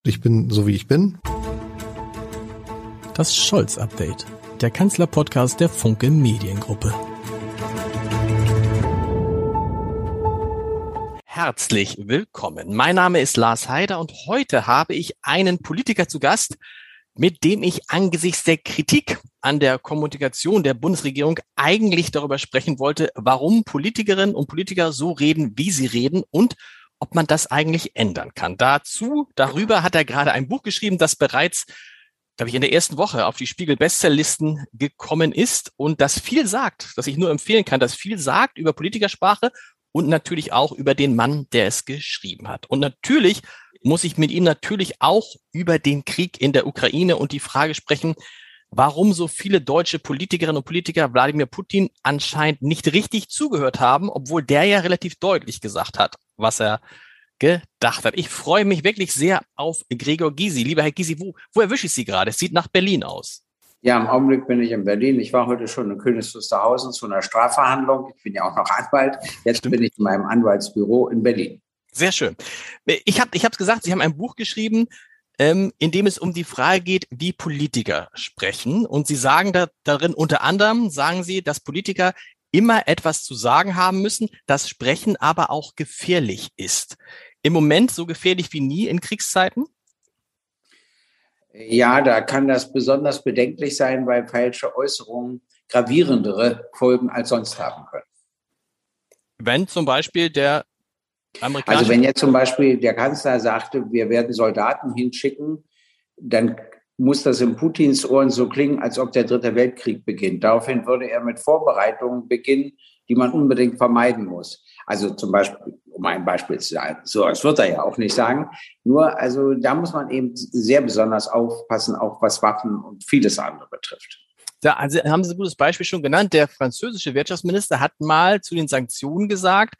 Ich bin so, wie ich bin. Das Scholz-Update, der Kanzler-Podcast der Funke Mediengruppe. Herzlich willkommen. Mein Name ist Lars Heider und heute habe ich einen Politiker zu Gast, mit dem ich angesichts der Kritik an der Kommunikation der Bundesregierung eigentlich darüber sprechen wollte, warum Politikerinnen und Politiker so reden, wie sie reden und ob man das eigentlich ändern kann. Darüber hat er gerade ein Buch geschrieben, das bereits, glaube ich, in der ersten Woche auf die Spiegel-Bestsellerlisten gekommen ist und das viel sagt, das ich nur empfehlen kann, das viel sagt über Politikersprache und natürlich auch über den Mann, der es geschrieben hat. Und natürlich muss ich mit ihm natürlich auch über den Krieg in der Ukraine und die Frage sprechen, warum so viele deutsche Politikerinnen und Politiker Wladimir Putin anscheinend nicht richtig zugehört haben, obwohl der ja relativ deutlich gesagt hat, was er gedacht hat. Ich freue mich wirklich sehr auf Gregor Gysi. Lieber Herr Gysi, wo erwische ich Sie gerade? Es sieht nach Berlin aus. Ja, im Augenblick bin ich in Berlin. Ich war heute schon in Königs Wusterhausen zu einer Strafverhandlung. Ich bin ja auch noch Anwalt. Jetzt bin ich in meinem Anwaltsbüro in Berlin. Sehr schön. Ich habe es gesagt, Sie haben ein Buch geschrieben, in dem es um die Frage geht, wie Politiker sprechen. Und Sie sagen darin unter anderem, sagen Sie, dass Politiker immer etwas zu sagen haben müssen, das Sprechen aber auch gefährlich ist. Im Moment so gefährlich wie nie in Kriegszeiten? Ja, da kann das besonders bedenklich sein, weil falsche Äußerungen gravierendere Folgen als sonst haben können. Wenn zum Beispiel Also wenn jetzt zum Beispiel der Kanzler sagte, wir werden Soldaten hinschicken, dann muss das in Putins Ohren so klingen, als ob der Dritte Weltkrieg beginnt. Daraufhin würde er mit Vorbereitungen beginnen, die man unbedingt vermeiden muss. Also zum Beispiel, um ein Beispiel zu sagen, so das wird er ja auch nicht sagen. Nur, also da muss man eben sehr besonders aufpassen, auch was Waffen und vieles andere betrifft. Da haben Sie ein gutes Beispiel schon genannt. Der französische Wirtschaftsminister hat mal zu den Sanktionen gesagt,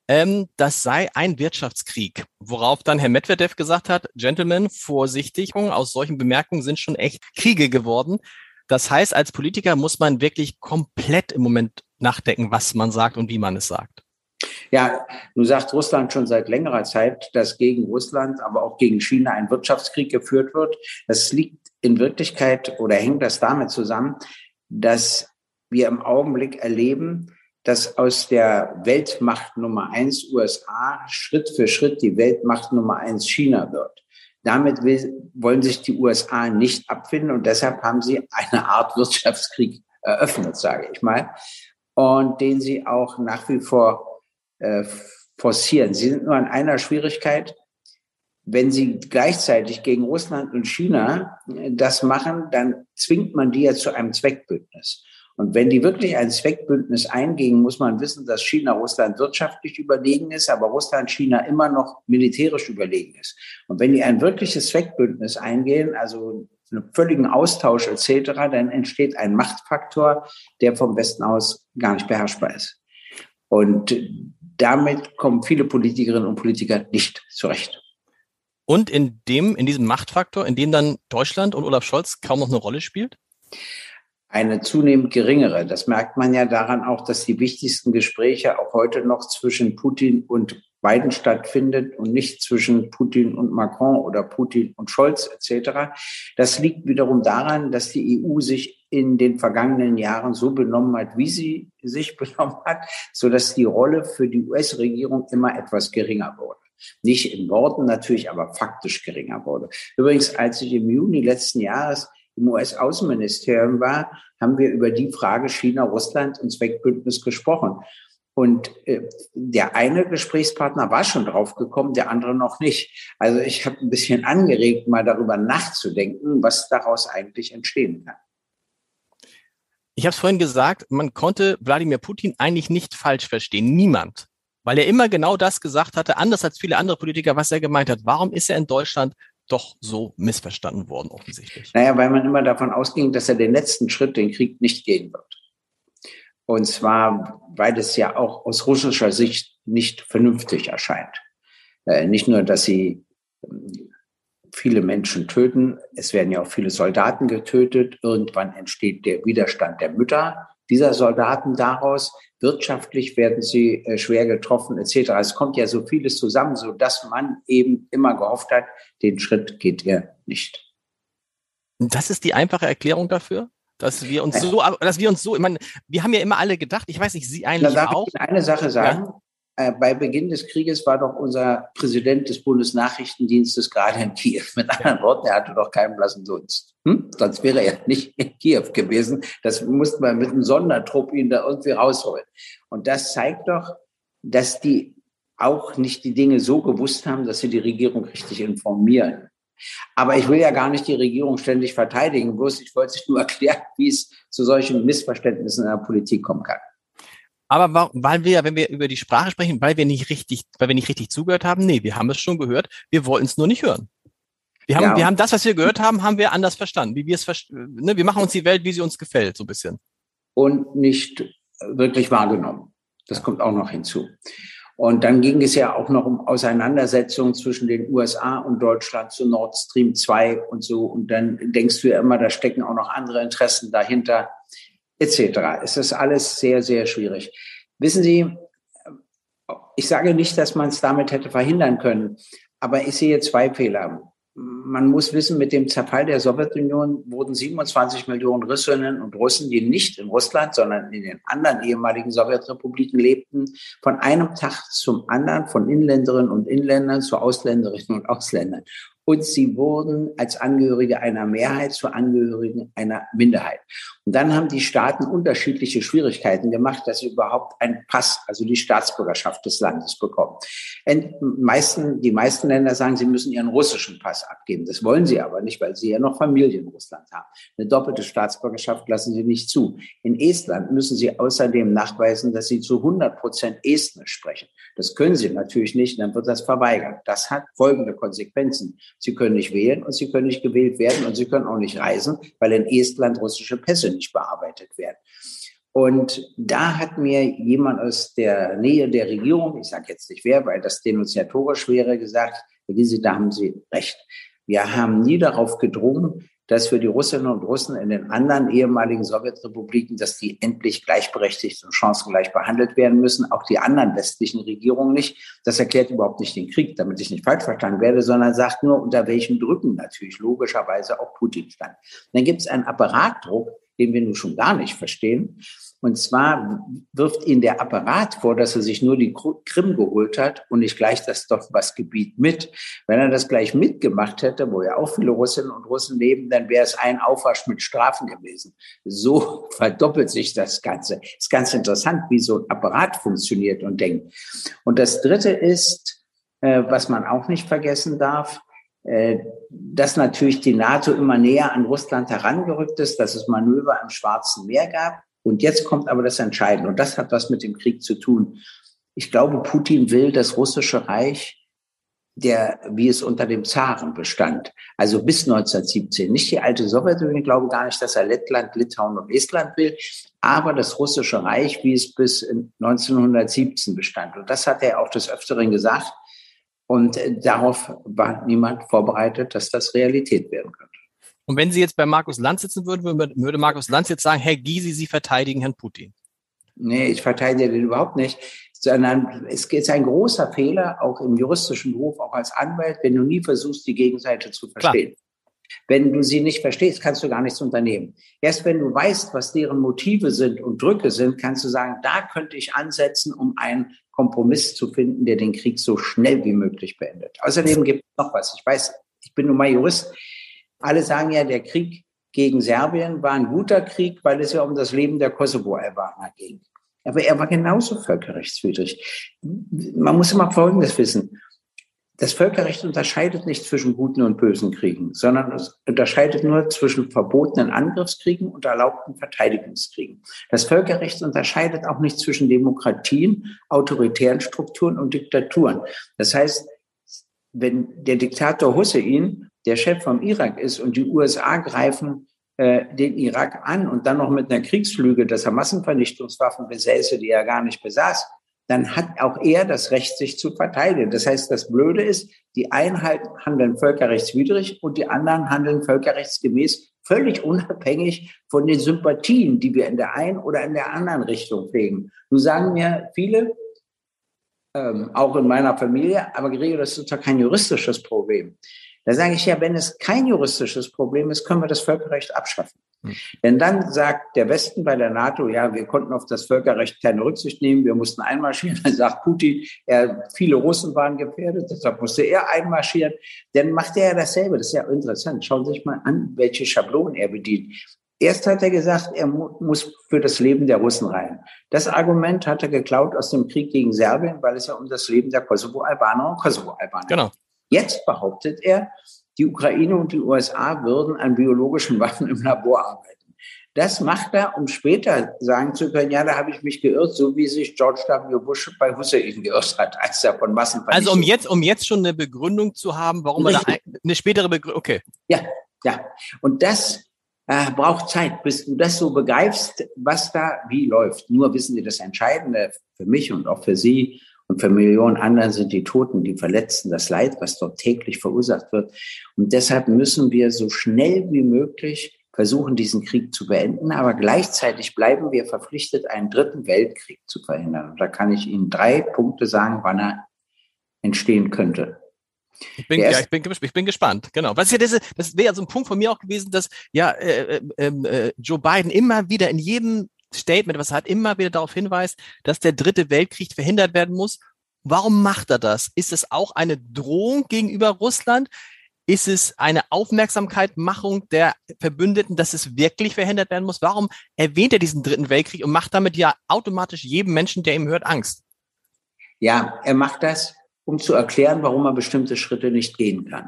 das sei ein Wirtschaftskrieg. Worauf dann Herr Medvedev gesagt hat, Gentlemen, vorsichtig, aus solchen Bemerkungen sind schon echt Kriege geworden. Das heißt, als Politiker muss man wirklich komplett im Moment nachdenken, was man sagt und wie man es sagt. Ja, nun sagt Russland schon seit längerer Zeit, dass gegen Russland, aber auch gegen China ein Wirtschaftskrieg geführt wird. Das liegt in Wirklichkeit oder hängt das damit zusammen, dass wir im Augenblick erleben, dass aus der Weltmacht Nummer 1 USA Schritt für Schritt die Weltmacht Nummer 1 China wird. Damit wollen sich die USA nicht abfinden und deshalb haben sie eine Art Wirtschaftskrieg eröffnet, sage ich mal, und den sie auch nach wie vor forcieren. Sie sind nur an einer Schwierigkeit. Wenn sie gleichzeitig gegen Russland und China das machen, dann zwingt man die ja zu einem Zweckbündnis. Und wenn die wirklich ein Zweckbündnis eingehen, muss man wissen, dass China Russland wirtschaftlich überlegen ist, aber Russland China immer noch militärisch überlegen ist. Und wenn die ein wirkliches Zweckbündnis eingehen, also einen völligen Austausch etc., dann entsteht ein Machtfaktor, der vom Westen aus gar nicht beherrschbar ist. Und damit kommen viele Politikerinnen und Politiker nicht zurecht. Und in diesem Machtfaktor, in dem dann Deutschland und Olaf Scholz kaum noch eine Rolle spielt? Eine zunehmend geringere. Das merkt man ja daran auch, dass die wichtigsten Gespräche auch heute noch zwischen Putin und Biden stattfindet und nicht zwischen Putin und Macron oder Putin und Scholz etc. Das liegt wiederum daran, dass die EU sich in den vergangenen Jahren so benommen hat, wie sie sich benommen hat, sodass die Rolle für die US-Regierung immer etwas geringer wurde. Nicht in Worten natürlich, aber faktisch geringer wurde. Übrigens, als ich im Juni letzten Jahres im US-Außenministerium war, haben wir über die Frage China, Russland und Zweckbündnis gesprochen. Und der eine Gesprächspartner war schon drauf gekommen, der andere noch nicht. Also ich habe ein bisschen angeregt, mal darüber nachzudenken, was daraus eigentlich entstehen kann. Ich habe es vorhin gesagt, man konnte Wladimir Putin eigentlich nicht falsch verstehen. Niemand. Weil er immer genau das gesagt hatte, anders als viele andere Politiker, was er gemeint hat. Warum ist er in Deutschland doch so missverstanden worden, offensichtlich? Naja, weil man immer davon ausging, dass er den letzten Schritt, den Krieg, nicht gehen wird. Und zwar, weil es ja auch aus russischer Sicht nicht vernünftig erscheint. Nicht nur, dass sie viele Menschen töten, es werden ja auch viele Soldaten getötet. Irgendwann entsteht der Widerstand der Mütter, dieser Soldaten daraus. Wirtschaftlich werden sie schwer getroffen etc. Es kommt ja so vieles zusammen, so dass man eben immer gehofft hat, den Schritt geht er nicht. Das ist die einfache Erklärung dafür, dass wir uns so, ich meine, wir haben ja immer alle gedacht, ich weiß nicht, Sie eigentlich darf auch. Ich Ihnen eine Sache sagen? Ja? Bei Beginn des Krieges war doch unser Präsident des Bundesnachrichtendienstes gerade in Kiew. Mit anderen Worten, er hatte doch keinen blassen Dunst. Sonst wäre er nicht in Kiew gewesen. Das musste man mit einem Sondertrupp ihn da irgendwie rausholen. Und das zeigt doch, dass die auch nicht die Dinge so gewusst haben, dass sie die Regierung richtig informieren. Aber ich will ja gar nicht die Regierung ständig verteidigen. Bloß ich wollte nur erklären, wie es zu solchen Missverständnissen in der Politik kommen kann. Aber weil wir, wenn wir über die Sprache sprechen, weil wir nicht richtig zugehört haben, nee, wir haben es schon gehört, wir wollten es nur nicht hören. Wir haben das, was wir gehört haben, haben wir anders verstanden, wie wir es ne, wir machen uns die Welt, wie sie uns gefällt, so ein bisschen. Und nicht wirklich wahrgenommen. Das kommt auch noch hinzu. Und dann ging es ja auch noch um Auseinandersetzungen zwischen den USA und Deutschland zu Nord Stream 2 und so. Und dann denkst du ja immer, da stecken auch noch andere Interessen dahinter, etc. Es ist alles sehr, sehr schwierig. Wissen Sie, ich sage nicht, dass man es damit hätte verhindern können, aber ich sehe zwei Fehler. Man muss wissen, mit dem Zerfall der Sowjetunion wurden 27 Millionen Russinnen und Russen, die nicht in Russland, sondern in den anderen ehemaligen Sowjetrepubliken lebten, von einem Tag zum anderen von Inländerinnen und Inländern zu Ausländerinnen und Ausländern. Und sie wurden als Angehörige einer Mehrheit zu Angehörigen einer Minderheit. Und dann haben die Staaten unterschiedliche Schwierigkeiten gemacht, dass sie überhaupt einen Pass, also die Staatsbürgerschaft des Landes bekommen. Die meisten Länder sagen, sie müssen ihren russischen Pass abgeben. Das wollen sie aber nicht, weil sie ja noch Familie in Russland haben. Eine doppelte Staatsbürgerschaft lassen sie nicht zu. In Estland müssen sie außerdem nachweisen, dass sie zu 100% Estnisch sprechen. Das können sie natürlich nicht, dann wird das verweigert. Das hat folgende Konsequenzen. Sie können nicht wählen und sie können nicht gewählt werden und sie können auch nicht reisen, weil in Estland russische Pässe nicht bearbeitet werden. Und da hat mir jemand aus der Nähe der Regierung, ich sage jetzt nicht wer, weil das denunziatorisch wäre, gesagt, Herr Gysi, da haben Sie recht. Wir haben nie darauf gedrungen, dass für die Russinnen und Russen in den anderen ehemaligen Sowjetrepubliken, dass die endlich gleichberechtigt und chancengleich behandelt werden müssen, auch die anderen westlichen Regierungen nicht. Das erklärt überhaupt nicht den Krieg, damit ich nicht falsch verstanden werde, sondern sagt nur, unter welchen Drücken natürlich logischerweise auch Putin stand. Und dann gibt es einen Apparatdruck, den wir nun schon gar nicht verstehen. Und zwar wirft ihn der Apparat vor, dass er sich nur die Krim geholt hat und nicht gleich das Donbass-Gebiet mit. Wenn er das gleich mitgemacht hätte, wo ja auch viele Russinnen und Russen leben, dann wäre es ein Aufwasch mit Strafen gewesen. So verdoppelt sich das Ganze. Ist ganz interessant, wie so ein Apparat funktioniert und denkt. Und das Dritte ist, was man auch nicht vergessen darf, dass natürlich die NATO immer näher an Russland herangerückt ist, dass es Manöver im Schwarzen Meer gab. Und jetzt kommt aber das Entscheidende. Und das hat was mit dem Krieg zu tun. Ich glaube, Putin will das russische Reich, wie es unter dem Zaren bestand. Also bis 1917. Nicht die alte Sowjetunion. Ich glaube gar nicht, dass er Lettland, Litauen und Estland will. Aber das russische Reich, wie es bis 1917 bestand. Und das hat er auch des Öfteren gesagt. Und darauf war niemand vorbereitet, dass das Realität werden könnte. Und wenn Sie jetzt bei Markus Lanz sitzen würden, würde Markus Lanz jetzt sagen, Herr Gysi, Sie verteidigen Herrn Putin? Nee, ich verteidige den überhaupt nicht. Sondern es ist ein großer Fehler, auch im juristischen Beruf, auch als Anwalt, wenn du nie versuchst, die Gegenseite zu verstehen. Klar. Wenn du sie nicht verstehst, kannst du gar nichts unternehmen. Erst wenn du weißt, was deren Motive sind und Drücke sind, kannst du sagen, da könnte ich ansetzen, um einen Kompromiss zu finden, der den Krieg so schnell wie möglich beendet. Außerdem gibt es noch was. Ich weiß, ich bin nun mal Jurist. Alle sagen ja, der Krieg gegen Serbien war ein guter Krieg, weil es ja um das Leben der Kosovo-Albaner ging. Aber er war genauso völkerrechtswidrig. Man muss immer Folgendes wissen. Das Völkerrecht unterscheidet nicht zwischen guten und bösen Kriegen, sondern es unterscheidet nur zwischen verbotenen Angriffskriegen und erlaubten Verteidigungskriegen. Das Völkerrecht unterscheidet auch nicht zwischen Demokratien, autoritären Strukturen und Diktaturen. Das heißt, wenn der Diktator Hussein der Chef vom Irak ist und die USA greifen den Irak an und dann noch mit einer Kriegslüge, dass er Massenvernichtungswaffen besäße, die er gar nicht besaß, dann hat auch er das Recht, sich zu verteidigen. Das heißt, das Blöde ist, die einen handeln völkerrechtswidrig und die anderen handeln völkerrechtsgemäß völlig unabhängig von den Sympathien, die wir in der einen oder in der anderen Richtung pflegen. Nun sagen mir viele, auch in meiner Familie, aber Gregor, das ist doch kein juristisches Problem. Da sage ich ja, wenn es kein juristisches Problem ist, können wir das Völkerrecht abschaffen. Denn dann sagt der Westen bei der NATO, ja, wir konnten auf das Völkerrecht keine Rücksicht nehmen, wir mussten einmarschieren. Dann sagt Putin, viele Russen waren gefährdet, deshalb musste er einmarschieren. Dann macht er ja dasselbe. Das ist ja interessant. Schauen Sie sich mal an, welche Schablonen er bedient. Erst hat er gesagt, er muss für das Leben der Russen rein. Das Argument hat er geklaut aus dem Krieg gegen Serbien, weil es ja um das Leben der Kosovo-Albaner und Kosovo-Albaner geht. Genau. Jetzt behauptet er, die Ukraine und die USA würden an biologischen Waffen im Labor arbeiten. Das macht er, um später sagen zu können, ja, da habe ich mich geirrt, so wie sich George W. Bush bei Hussein geirrt hat, als er von Massenvernichtung... Also um jetzt schon eine Begründung zu haben, warum man da eine spätere Begründung... Okay. Ja. Und das braucht Zeit, bis du das so begreifst, was da wie läuft. Nur wissen Sie, das Entscheidende für mich und auch für Sie und für Millionen anderen sind die Toten, die Verletzten, das Leid, was dort täglich verursacht wird. Und deshalb müssen wir so schnell wie möglich versuchen, diesen Krieg zu beenden. Aber gleichzeitig bleiben wir verpflichtet, einen dritten Weltkrieg zu verhindern. Und da kann ich Ihnen 3 Punkte sagen, wann er entstehen könnte. Ich bin gespannt, genau. Das wäre ja so ein Punkt von mir auch gewesen, dass Joe Biden immer wieder in jedem Statement, was er hat, immer wieder darauf hinweist, dass der dritte Weltkrieg verhindert werden muss. Warum macht er das? Ist es auch eine Drohung gegenüber Russland? Ist es eine Aufmerksamkeitmachung der Verbündeten, dass es wirklich verhindert werden muss? Warum erwähnt er diesen dritten Weltkrieg und macht damit ja automatisch jedem Menschen, der ihm hört, Angst? Ja, er macht das, um zu erklären, warum er bestimmte Schritte nicht gehen kann.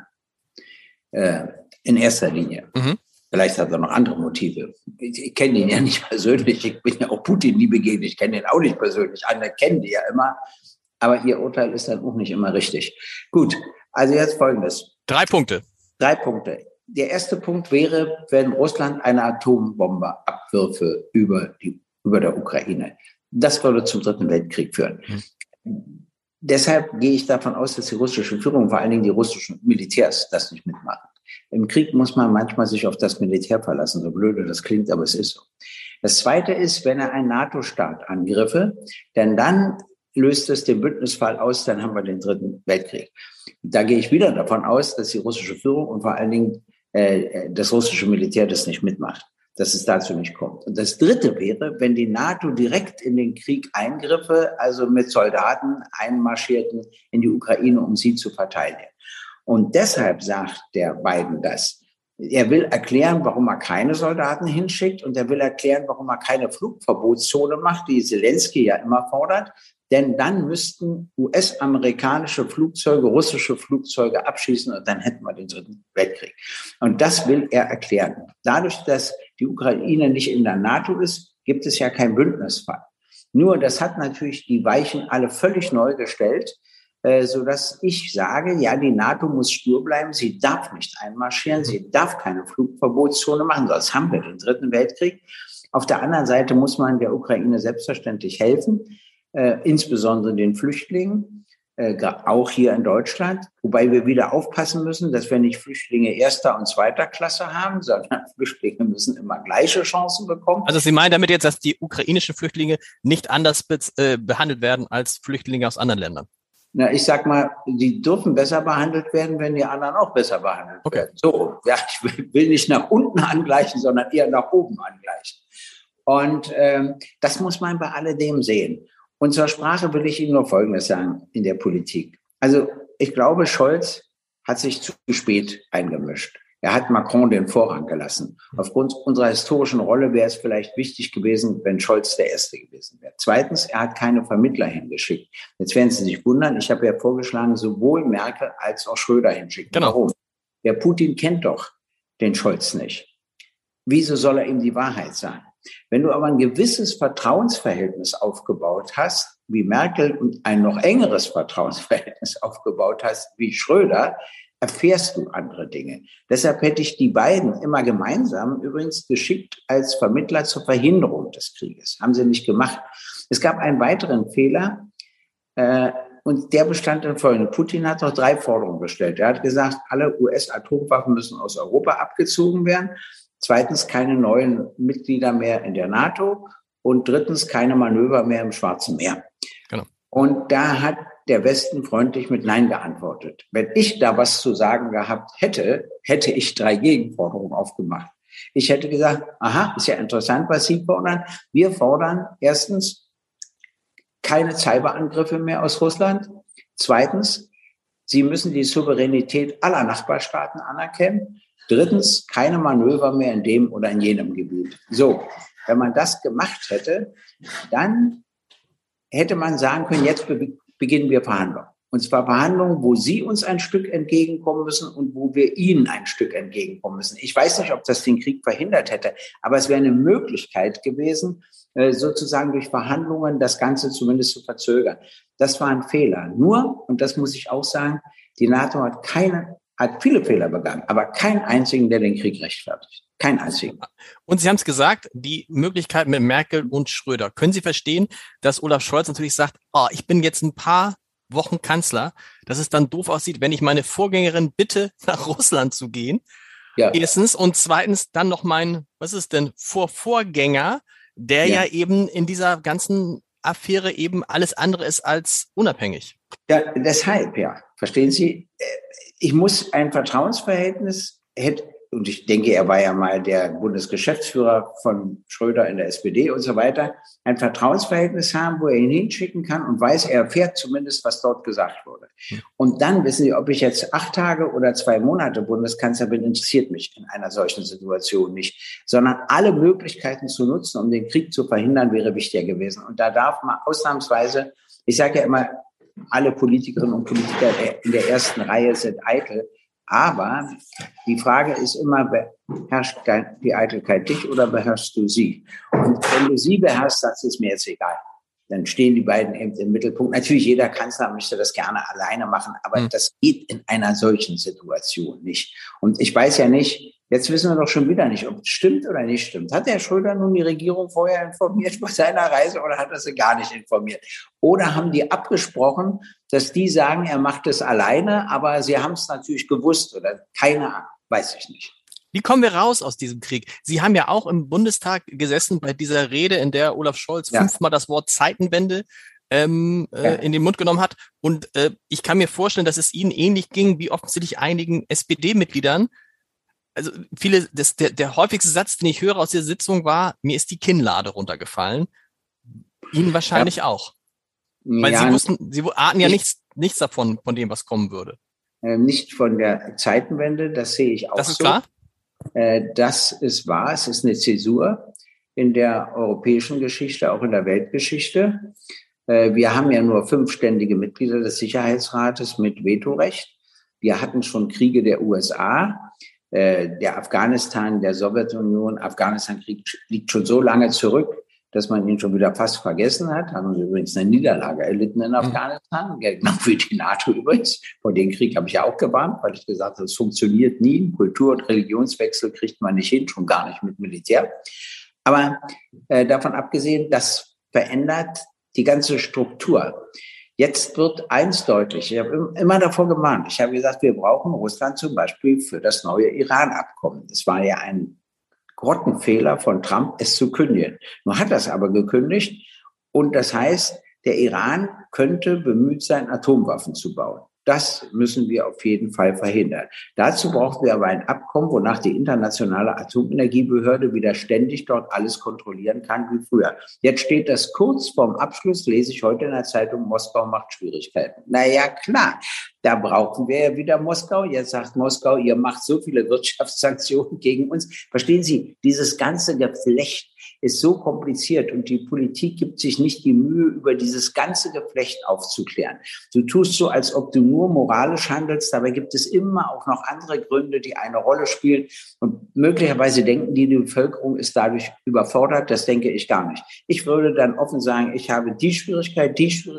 In erster Linie. Mhm. Vielleicht hat er noch andere Motive. Ich kenne ihn ja nicht persönlich. Ich bin ja auch Putin nie begegnet. Ich kenne ihn auch nicht persönlich. Andere kennen die ja immer. Aber ihr Urteil ist dann auch nicht immer richtig. Gut, also jetzt Folgendes. 3 Punkte. 3 Punkte. Der erste Punkt wäre, wenn Russland eine Atombombe abwürfe über der Ukraine. Das würde zum dritten Weltkrieg führen. Deshalb gehe ich davon aus, dass die russische Führung, vor allen Dingen die russischen Militärs, das nicht mitmachen. Im Krieg muss man manchmal sich auf das Militär verlassen, so blöde das klingt, aber es ist so. Das Zweite ist, wenn er einen NATO-Staat angriffe, denn dann löst es den Bündnisfall aus, dann haben wir den dritten Weltkrieg. Da gehe ich wieder davon aus, dass die russische Führung und vor allen Dingen das russische Militär das nicht mitmacht, dass es dazu nicht kommt. Und das Dritte wäre, wenn die NATO direkt in den Krieg eingriffe, also mit Soldaten einmarschierten in die Ukraine, um sie zu verteidigen. Und deshalb sagt der Biden das. Er will erklären, warum er keine Soldaten hinschickt und er will erklären, warum er keine Flugverbotszone macht, die Zelensky ja immer fordert. Denn dann müssten US-amerikanische Flugzeuge russische Flugzeuge abschießen und dann hätten wir den dritten Weltkrieg. Und das will er erklären. Dadurch, dass die Ukraine nicht in der NATO ist, gibt es ja keinen Bündnisfall. Nur das hat natürlich die Weichen alle völlig neu gestellt, sodass ich sage, ja, die NATO muss stur bleiben, sie darf nicht einmarschieren, sie darf keine Flugverbotszone machen, sonst haben wir den dritten Weltkrieg. Auf der anderen Seite muss man der Ukraine selbstverständlich helfen, insbesondere den Flüchtlingen, auch hier in Deutschland, wobei wir wieder aufpassen müssen, dass wir nicht Flüchtlinge erster und zweiter Klasse haben, sondern Flüchtlinge müssen immer gleiche Chancen bekommen. Also Sie meinen damit jetzt, dass die ukrainischen Flüchtlinge nicht anders behandelt werden als Flüchtlinge aus anderen Ländern? Na, ich sag mal, die dürfen besser behandelt werden, wenn die anderen auch besser behandelt werden. So, ja, ich will nicht nach unten angleichen, sondern eher nach oben angleichen. Und das muss man bei alledem sehen. Und zur Sprache will ich Ihnen nur Folgendes sagen in der Politik. Also ich glaube, Scholz hat sich zu spät eingemischt. Er hat Macron den Vorrang gelassen. Aufgrund unserer historischen Rolle wäre es vielleicht wichtig gewesen, wenn Scholz der Erste gewesen wäre. Zweitens, er hat keine Vermittler hingeschickt. Jetzt werden Sie sich wundern, ich habe ja vorgeschlagen, sowohl Merkel als auch Schröder hinschicken. Genau. Warum? Der Putin kennt doch den Scholz nicht. Wieso soll er ihm die Wahrheit sagen? Wenn du aber ein gewisses Vertrauensverhältnis aufgebaut hast, wie Merkel, und ein noch engeres Vertrauensverhältnis aufgebaut hast, wie Schröder, erfährst du andere Dinge. Deshalb hätte ich die beiden immer gemeinsam übrigens geschickt als Vermittler zur Verhinderung des Krieges. Haben sie nicht gemacht. Es gab einen weiteren Fehler. Und der bestand in folgendem. Putin hat doch 3 Forderungen gestellt. Er hat gesagt, alle US-Atomwaffen müssen aus Europa abgezogen werden. 2. keine neuen Mitglieder mehr in der NATO. Und 3. keine Manöver mehr im Schwarzen Meer. Genau. Und da hat der Westen freundlich mit Nein geantwortet. Wenn ich da was zu sagen gehabt hätte, hätte ich 3 Gegenforderungen aufgemacht. Ich hätte gesagt, aha, ist ja interessant, was Sie fordern. Wir fordern erstens keine Cyberangriffe mehr aus Russland. 2. Sie müssen die Souveränität aller Nachbarstaaten anerkennen. 3. keine Manöver mehr in dem oder in jenem Gebiet. So, wenn man das gemacht hätte, dann hätte man sagen können, jetzt beginnen wir Verhandlungen. Und zwar Verhandlungen, wo Sie uns ein Stück entgegenkommen müssen und wo wir Ihnen ein Stück entgegenkommen müssen. Ich weiß nicht, ob das den Krieg verhindert hätte, aber es wäre eine Möglichkeit gewesen, sozusagen durch Verhandlungen das Ganze zumindest zu verzögern. Das war ein Fehler. Nur, und das muss ich auch sagen, die NATO hat viele Fehler begangen, aber keinen einzigen, der den Krieg rechtfertigt. Kein einzigen. Und Sie haben es gesagt, die Möglichkeit mit Merkel und Schröder. Können Sie verstehen, dass Olaf Scholz natürlich sagt, ich bin jetzt ein paar Wochen Kanzler, dass es dann doof aussieht, wenn ich meine Vorgängerin bitte, nach Russland zu gehen? Ja. Erstens. Und 2. dann noch Vorgänger, der ja eben in dieser ganzen Affäre eben alles andere ist als unabhängig. Ja, deshalb, ja. Verstehen Sie? Ich muss ein Vertrauensverhältnis und ich denke, er war ja mal der Bundesgeschäftsführer von Schröder in der SPD und so weiter, ein Vertrauensverhältnis haben, wo er ihn hinschicken kann und weiß, er erfährt zumindest, was dort gesagt wurde. Und dann wissen Sie, ob ich jetzt 8 Tage oder 2 Monate Bundeskanzler bin, interessiert mich in einer solchen Situation nicht, sondern alle Möglichkeiten zu nutzen, um den Krieg zu verhindern, wäre wichtiger gewesen. Und da darf man ausnahmsweise, ich sage ja immer, alle Politikerinnen und Politiker in der ersten Reihe sind eitel. Aber die Frage ist immer, beherrscht die Eitelkeit dich oder beherrschst du sie? Und wenn du sie beherrschst, das ist mir jetzt egal. Dann stehen die beiden eben im Mittelpunkt. Natürlich, jeder Kanzler möchte das gerne alleine machen, aber das geht in einer solchen Situation nicht. Und ich weiß ja nicht, jetzt wissen wir doch schon wieder nicht, ob es stimmt oder nicht stimmt. Hat der Schröder nun die Regierung vorher informiert bei seiner Reise oder hat er sie gar nicht informiert? Oder haben die abgesprochen, dass die sagen, er macht es alleine, aber sie haben es natürlich gewusst oder keine Ahnung, weiß ich nicht. Wie kommen wir raus aus diesem Krieg? Sie haben ja auch im Bundestag gesessen bei dieser Rede, in der Olaf Scholz 5-mal das Wort Zeitenwende in den Mund genommen hat. Und ich kann mir vorstellen, dass es Ihnen ähnlich ging wie offensichtlich einigen SPD-Mitgliedern. Also der häufigste Satz, den ich höre aus der Sitzung war, mir ist die Kinnlade runtergefallen. Ihnen wahrscheinlich auch. Weil Sie ahnten ja nichts davon, von dem, was kommen würde. Nicht von der Zeitenwende, das sehe ich auch so. Das ist klar? Das ist wahr, es ist eine Zäsur in der europäischen Geschichte, auch in der Weltgeschichte. Wir haben ja nur 5 ständige Mitglieder des Sicherheitsrates mit Vetorecht. Wir hatten schon Kriege der USA, der Afghanistan, der Sowjetunion. Afghanistan-Krieg liegt schon so lange zurück, dass man ihn schon wieder fast vergessen hat. Haben sie übrigens eine Niederlage erlitten in Afghanistan, genau wie die NATO übrigens. Vor dem Krieg habe ich ja auch gewarnt, weil ich gesagt habe, es funktioniert nie. Kultur- und Religionswechsel kriegt man nicht hin, schon gar nicht mit Militär. Aber davon abgesehen, das verändert die ganze Struktur. Jetzt wird eins deutlich. Ich habe immer davor gemahnt. Ich habe gesagt, wir brauchen Russland zum Beispiel für das neue Iran-Abkommen. Das war ja ein Grottenfehler von Trump, es zu kündigen. Nun hat er es aber gekündigt. Und das heißt, der Iran könnte bemüht sein, Atomwaffen zu bauen. Das müssen wir auf jeden Fall verhindern. Dazu brauchen wir aber ein Abkommen, wonach die internationale Atomenergiebehörde wieder ständig dort alles kontrollieren kann wie früher. Jetzt steht das kurz vorm Abschluss, lese ich heute in der Zeitung, Moskau macht Schwierigkeiten. Naja, klar, da brauchen wir ja wieder Moskau. Jetzt sagt Moskau, ihr macht so viele Wirtschaftssanktionen gegen uns. Verstehen Sie, dieses ganze Geflecht ist so kompliziert und die Politik gibt sich nicht die Mühe, über dieses ganze Geflecht aufzuklären. Du tust so, als ob du nur moralisch handelst, dabei gibt es immer auch noch andere Gründe, die eine Rolle spielen und möglicherweise denken die Bevölkerung ist dadurch überfordert, das denke ich gar nicht. Ich würde dann offen sagen, ich habe die Schwierigkeit,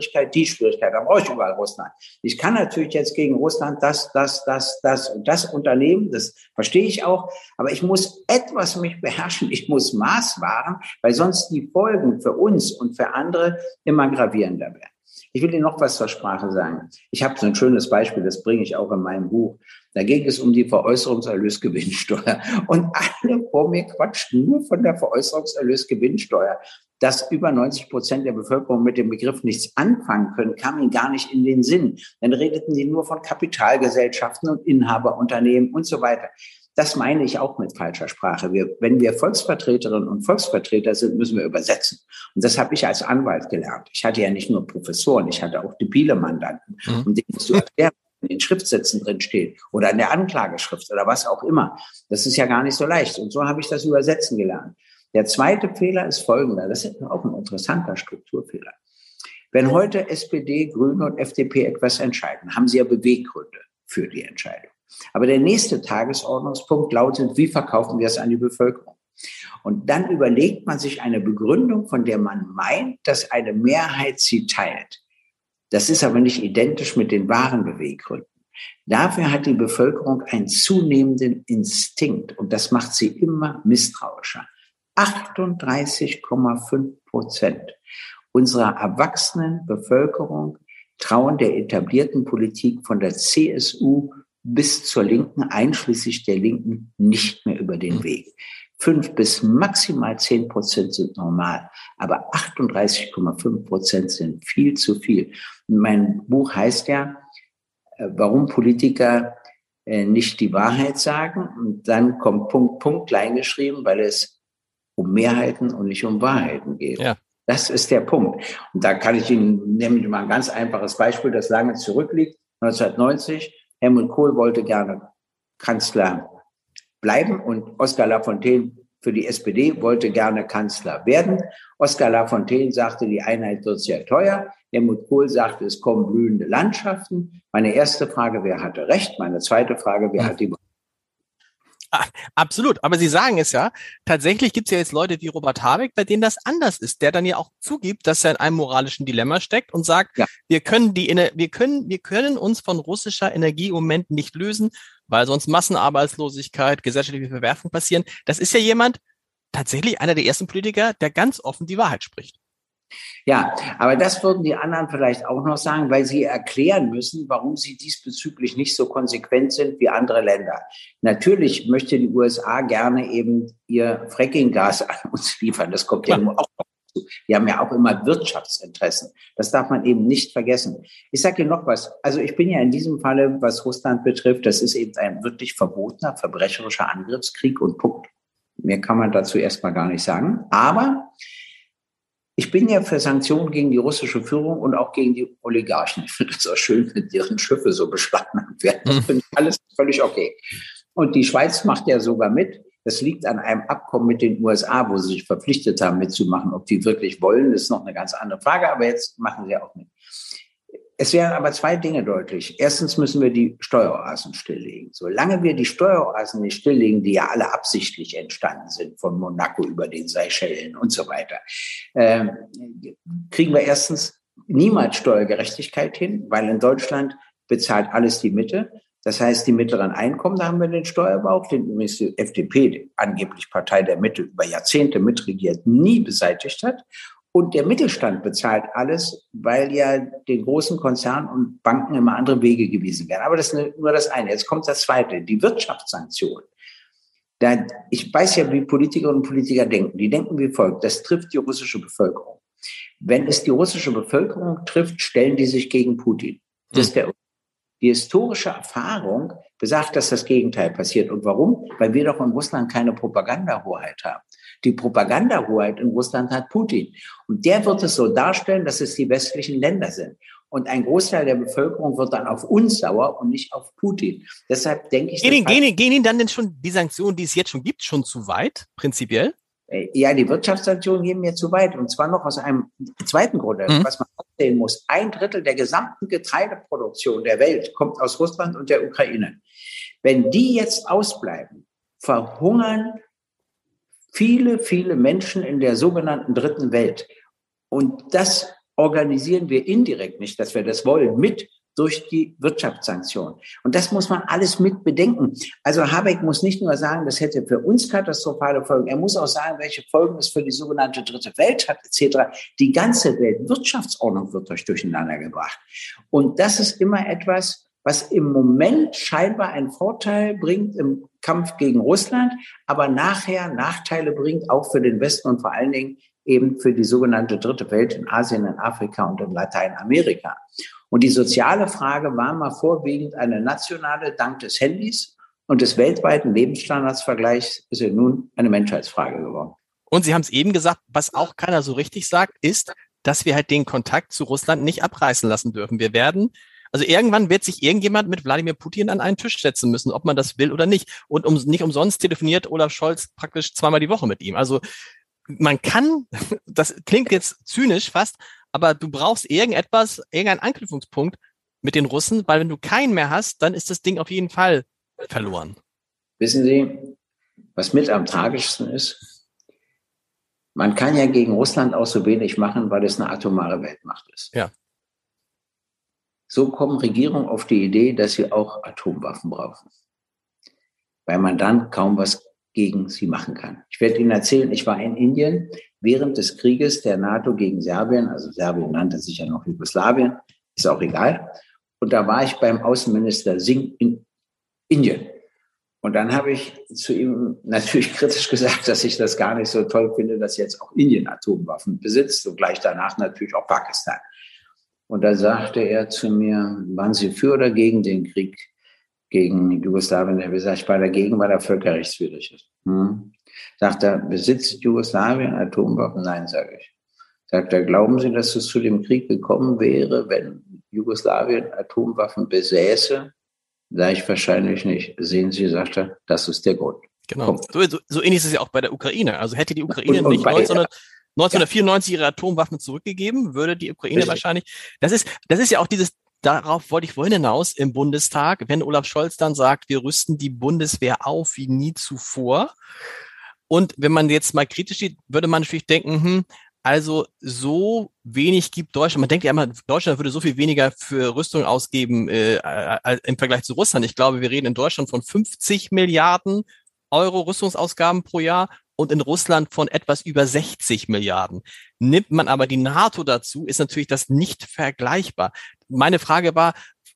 da brauche ich überall Russland. Ich kann natürlich jetzt gegen Russland das und das unternehmen, das verstehe ich auch, aber ich muss etwas mich beherrschen, ich muss Maß wahren, weil sonst die Folgen für uns und für andere immer gravierender werden. Ich will Ihnen noch was zur Sprache sagen. Ich habe so ein schönes Beispiel, das bringe ich auch in meinem Buch. Da ging es um die Veräußerungserlösgewinnsteuer. Und alle vor mir quatschten nur von der Veräußerungserlösgewinnsteuer. Dass über 90% der Bevölkerung mit dem Begriff nichts anfangen können, kam ihnen gar nicht in den Sinn. Dann redeten die nur von Kapitalgesellschaften und Inhaberunternehmen und so weiter. Das meine ich auch mit falscher Sprache. Wenn wir Volksvertreterinnen und Volksvertreter sind, müssen wir übersetzen. Und das habe ich als Anwalt gelernt. Ich hatte ja nicht nur Professoren, ich hatte auch debile Mandanten. Und denen musst du erklären, in den Schriftsätzen drin steht oder in der Anklageschrift oder was auch immer. Das ist ja gar nicht so leicht. Und so habe ich das Übersetzen gelernt. Der zweite Fehler ist folgender. Das ist auch ein interessanter Strukturfehler. Wenn heute SPD, Grüne und FDP etwas entscheiden, haben sie ja Beweggründe für die Entscheidung. Aber der nächste Tagesordnungspunkt lautet, wie verkaufen wir es an die Bevölkerung? Und dann überlegt man sich eine Begründung, von der man meint, dass eine Mehrheit sie teilt. Das ist aber nicht identisch mit den wahren Beweggründen. Dafür hat die Bevölkerung einen zunehmenden Instinkt und das macht sie immer misstrauischer. 38,5% unserer erwachsenen Bevölkerung trauen der etablierten Politik von der CSU bis zur Linken, einschließlich der Linken, nicht mehr über den Weg. 5 bis maximal 10% sind normal, aber 38,5% sind viel zu viel. Mein Buch heißt ja, warum Politiker nicht die Wahrheit sagen. Und dann kommt Punkt, kleingeschrieben, weil es um Mehrheiten und nicht um Wahrheiten geht. Ja. Das ist der Punkt. Und da kann ich Ihnen nämlich mal ein ganz einfaches Beispiel, das lange zurückliegt. 1990, Helmut Kohl wollte gerne Kanzler bleiben und Oskar Lafontaine für die SPD wollte gerne Kanzler werden. Oskar Lafontaine sagte, die Einheit wird sehr teuer. Helmut Kohl sagte, es kommen blühende Landschaften. Meine erste Frage, wer hatte recht? Meine zweite Frage, wer hat die Absolut, aber Sie sagen es ja, tatsächlich gibt es ja jetzt Leute wie Robert Habeck, bei denen das anders ist, der dann ja auch zugibt, dass er in einem moralischen Dilemma steckt und sagt, ja, wir können uns von russischer Energie im Moment nicht lösen, weil sonst Massenarbeitslosigkeit, gesellschaftliche Verwerfung passieren. Das ist ja jemand, tatsächlich einer der ersten Politiker, der ganz offen die Wahrheit spricht. Ja, aber das würden die anderen vielleicht auch noch sagen, weil sie erklären müssen, warum sie diesbezüglich nicht so konsequent sind wie andere Länder. Natürlich möchte die USA gerne eben ihr Fracking-Gas an uns liefern. Das kommt ja nur auch noch dazu. Die haben ja auch immer Wirtschaftsinteressen. Das darf man eben nicht vergessen. Ich sage dir noch was. Also ich bin ja in diesem Falle, was Russland betrifft, das ist eben ein wirklich verbotener, verbrecherischer Angriffskrieg und Punkt. Mehr kann man dazu erstmal gar nicht sagen. Aber ich bin ja für Sanktionen gegen die russische Führung und auch gegen die Oligarchen. Ich finde es auch schön, wenn deren Schiffe so beschlagnahmt werden. Das finde ich alles völlig okay. Und die Schweiz macht ja sogar mit. Das liegt an einem Abkommen mit den USA, wo sie sich verpflichtet haben, mitzumachen. Ob die wirklich wollen, ist noch eine ganz andere Frage. Aber jetzt machen sie auch mit. Es wären aber zwei Dinge deutlich. Erstens müssen wir die Steueroasen stilllegen. Solange wir die Steueroasen nicht stilllegen, die ja alle absichtlich entstanden sind, von Monaco über den Seychellen und so weiter, kriegen wir erstens niemals Steuergerechtigkeit hin, weil in Deutschland bezahlt alles die Mitte. Das heißt, die mittleren Einkommen, da haben wir den Steuerbauch, den übrigens die FDP, die angeblich Partei der Mitte, über Jahrzehnte mitregiert, nie beseitigt hat. Und der Mittelstand bezahlt alles, weil ja den großen Konzernen und Banken immer andere Wege gewiesen werden. Aber das ist nur das eine. Jetzt kommt das zweite, die Wirtschaftssanktionen. Ich weiß ja, wie Politikerinnen und Politiker denken. Die denken wie folgt, das trifft die russische Bevölkerung. Wenn es die russische Bevölkerung trifft, stellen die sich gegen Putin. Das ist die historische Erfahrung besagt, dass das Gegenteil passiert. Und warum? Weil wir doch in Russland keine Propagandahoheit haben. Die Propagandahoheit in Russland hat Putin. Und der wird es so darstellen, dass es die westlichen Länder sind. Und ein Großteil der Bevölkerung wird dann auf uns sauer und nicht auf Putin. Deshalb denke ich... Gehen Ihnen dann denn schon die Sanktionen, die es jetzt schon gibt, schon zu weit, prinzipiell? Ja, die Wirtschaftssanktionen gehen mir zu weit. Und zwar noch aus einem zweiten Grund, was man sehen muss. 1/3 der gesamten Getreideproduktion der Welt kommt aus Russland und der Ukraine. Wenn die jetzt ausbleiben, verhungern viele, viele Menschen in der sogenannten dritten Welt. Und das organisieren wir indirekt, nicht, dass wir das wollen, mit durch die Wirtschaftssanktionen. Und das muss man alles mit bedenken. Also Habeck muss nicht nur sagen, das hätte für uns katastrophale Folgen, er muss auch sagen, welche Folgen es für die sogenannte dritte Welt hat, etc. Die ganze Weltwirtschaftsordnung wird durcheinander gebracht. Und das ist immer etwas, was im Moment scheinbar einen Vorteil bringt im Kampf gegen Russland, aber nachher Nachteile bringt, auch für den Westen und vor allen Dingen eben für die sogenannte dritte Welt in Asien, in Afrika und in Lateinamerika. Und die soziale Frage war mal vorwiegend eine nationale, dank des Handys und des weltweiten Lebensstandardsvergleichs ist ja nun eine Menschheitsfrage geworden. Und Sie haben es eben gesagt, was auch keiner so richtig sagt, ist, dass wir halt den Kontakt zu Russland nicht abreißen lassen dürfen. Also irgendwann wird sich irgendjemand mit Wladimir Putin an einen Tisch setzen müssen, ob man das will oder nicht. Und nicht umsonst telefoniert Olaf Scholz praktisch zweimal die Woche mit ihm. Also man kann, das klingt jetzt zynisch fast, aber du brauchst irgendeinen Anknüpfungspunkt mit den Russen, weil wenn du keinen mehr hast, dann ist das Ding auf jeden Fall verloren. Wissen Sie, was mit am tragischsten ist? Man kann ja gegen Russland auch so wenig machen, weil es eine atomare Weltmacht ist. Ja. So kommen Regierungen auf die Idee, dass sie auch Atomwaffen brauchen, weil man dann kaum was gegen sie machen kann. Ich werde Ihnen erzählen, ich war in Indien während des Krieges der NATO gegen Serbien, also Serbien nannte sich ja noch Jugoslawien, ist auch egal. Und da war ich beim Außenminister Singh in Indien. Und dann habe ich zu ihm natürlich kritisch gesagt, dass ich das gar nicht so toll finde, dass jetzt auch Indien Atomwaffen besitzt und gleich danach natürlich auch Pakistan. Und da sagte er zu mir, waren Sie für oder gegen den Krieg gegen Jugoslawien? Er gesagt, ich war dagegen, weil er völkerrechtswidrig ist. Sagt er, besitzt Jugoslawien Atomwaffen? Nein, sage ich. Sagt er, glauben Sie, dass es zu dem Krieg gekommen wäre, wenn Jugoslawien Atomwaffen besäße? Sage ich wahrscheinlich nicht. Sehen Sie, sagt er, das ist der Grund. Genau. So ähnlich ist es ja auch bei der Ukraine. Also hätte die Ukraine nicht 1994 ihre Atomwaffen zurückgegeben, würde die Ukraine wahrscheinlich, das ist ja auch darauf wollte ich vorhin hinaus im Bundestag, wenn Olaf Scholz dann sagt, wir rüsten die Bundeswehr auf wie nie zuvor. Und wenn man jetzt mal kritisch sieht, würde man natürlich denken, also so wenig gibt Deutschland. Man denkt ja immer, Deutschland würde so viel weniger für Rüstung ausgeben im Vergleich zu Russland. Ich glaube, wir reden in Deutschland von 50 Milliarden Euro Rüstungsausgaben pro Jahr und in Russland von etwas über 60 Milliarden. Nimmt man aber die NATO dazu, ist natürlich das nicht vergleichbar. Meine Frage war,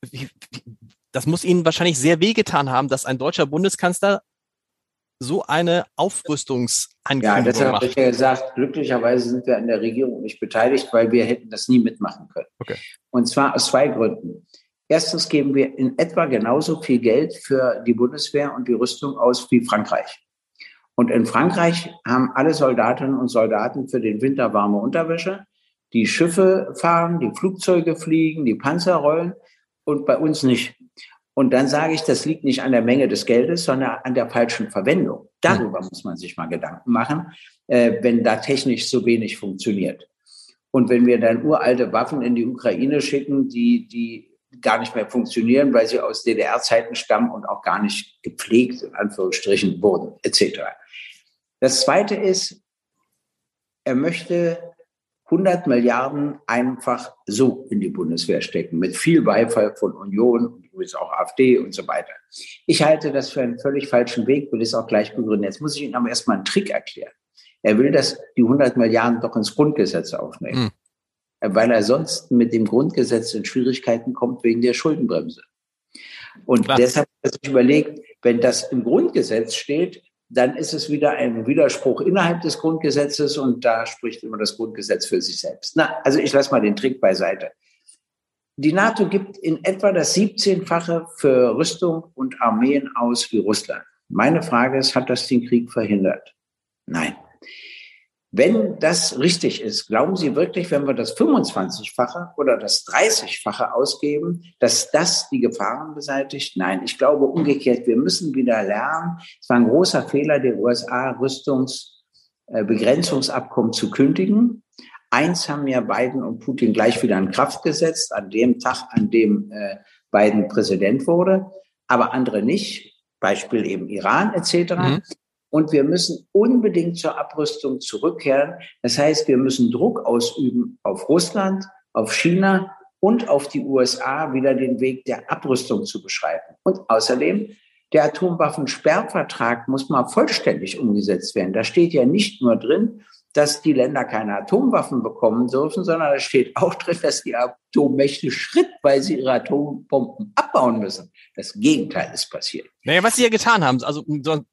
das muss Ihnen wahrscheinlich sehr wehgetan haben, dass ein deutscher Bundeskanzler so eine Aufrüstungsankündigung macht. Ja, deshalb habe ich ja gesagt, glücklicherweise sind wir an der Regierung nicht beteiligt, weil wir hätten das nie mitmachen können. Okay. Und zwar aus zwei Gründen. Erstens geben wir in etwa genauso viel Geld für die Bundeswehr und die Rüstung aus wie Frankreich. Und in Frankreich haben alle Soldatinnen und Soldaten für den Winter warme Unterwäsche. Die Schiffe fahren, die Flugzeuge fliegen, die Panzer rollen und bei uns nicht. Und dann sage ich, das liegt nicht an der Menge des Geldes, sondern an der falschen Verwendung. Darüber muss man sich mal Gedanken machen, wenn da technisch so wenig funktioniert. Und wenn wir dann uralte Waffen in die Ukraine schicken, die gar nicht mehr funktionieren, weil sie aus DDR-Zeiten stammen und auch gar nicht gepflegt, in Anführungsstrichen, wurden, etc. Das Zweite ist, er möchte 100 Milliarden einfach so in die Bundeswehr stecken, mit viel Beifall von Union, übrigens auch AfD und so weiter. Ich halte das für einen völlig falschen Weg, will es auch gleich begründen. Jetzt muss ich Ihnen aber erstmal einen Trick erklären. Er will die 100 Milliarden doch ins Grundgesetz aufnehmen, weil er sonst mit dem Grundgesetz in Schwierigkeiten kommt wegen der Schuldenbremse. Und deshalb hat er sich überlegt, wenn das im Grundgesetz steht, dann ist es wieder ein Widerspruch innerhalb des Grundgesetzes und da spricht immer das Grundgesetz für sich selbst. Also ich lasse mal den Trick beiseite. Die NATO gibt in etwa das 17-fache für Rüstung und Armeen aus wie Russland. Meine Frage ist, hat das den Krieg verhindert? Nein. Wenn das richtig ist, glauben Sie wirklich, wenn wir das 25-fache oder das 30-fache ausgeben, dass das die Gefahren beseitigt? Nein, ich glaube umgekehrt. Wir müssen wieder lernen. Es war ein großer Fehler der USA, Rüstungsbegrenzungsabkommen zu kündigen. Eins haben ja Biden und Putin gleich wieder in Kraft gesetzt, an dem Tag, an dem Biden Präsident wurde, aber andere nicht. Beispiel eben Iran etc. Und wir müssen unbedingt zur Abrüstung zurückkehren. Das heißt, wir müssen Druck ausüben auf Russland, auf China und auf die USA wieder den Weg der Abrüstung zu beschreiten. Und außerdem, der Atomwaffensperrvertrag muss mal vollständig umgesetzt werden. Da steht ja nicht nur drin, dass die Länder keine Atomwaffen bekommen dürfen, sondern da steht auch drin, dass die Atommächte schrittweise ihre Atombomben abbauen müssen. Das Gegenteil ist passiert. Naja, was sie ja getan haben, also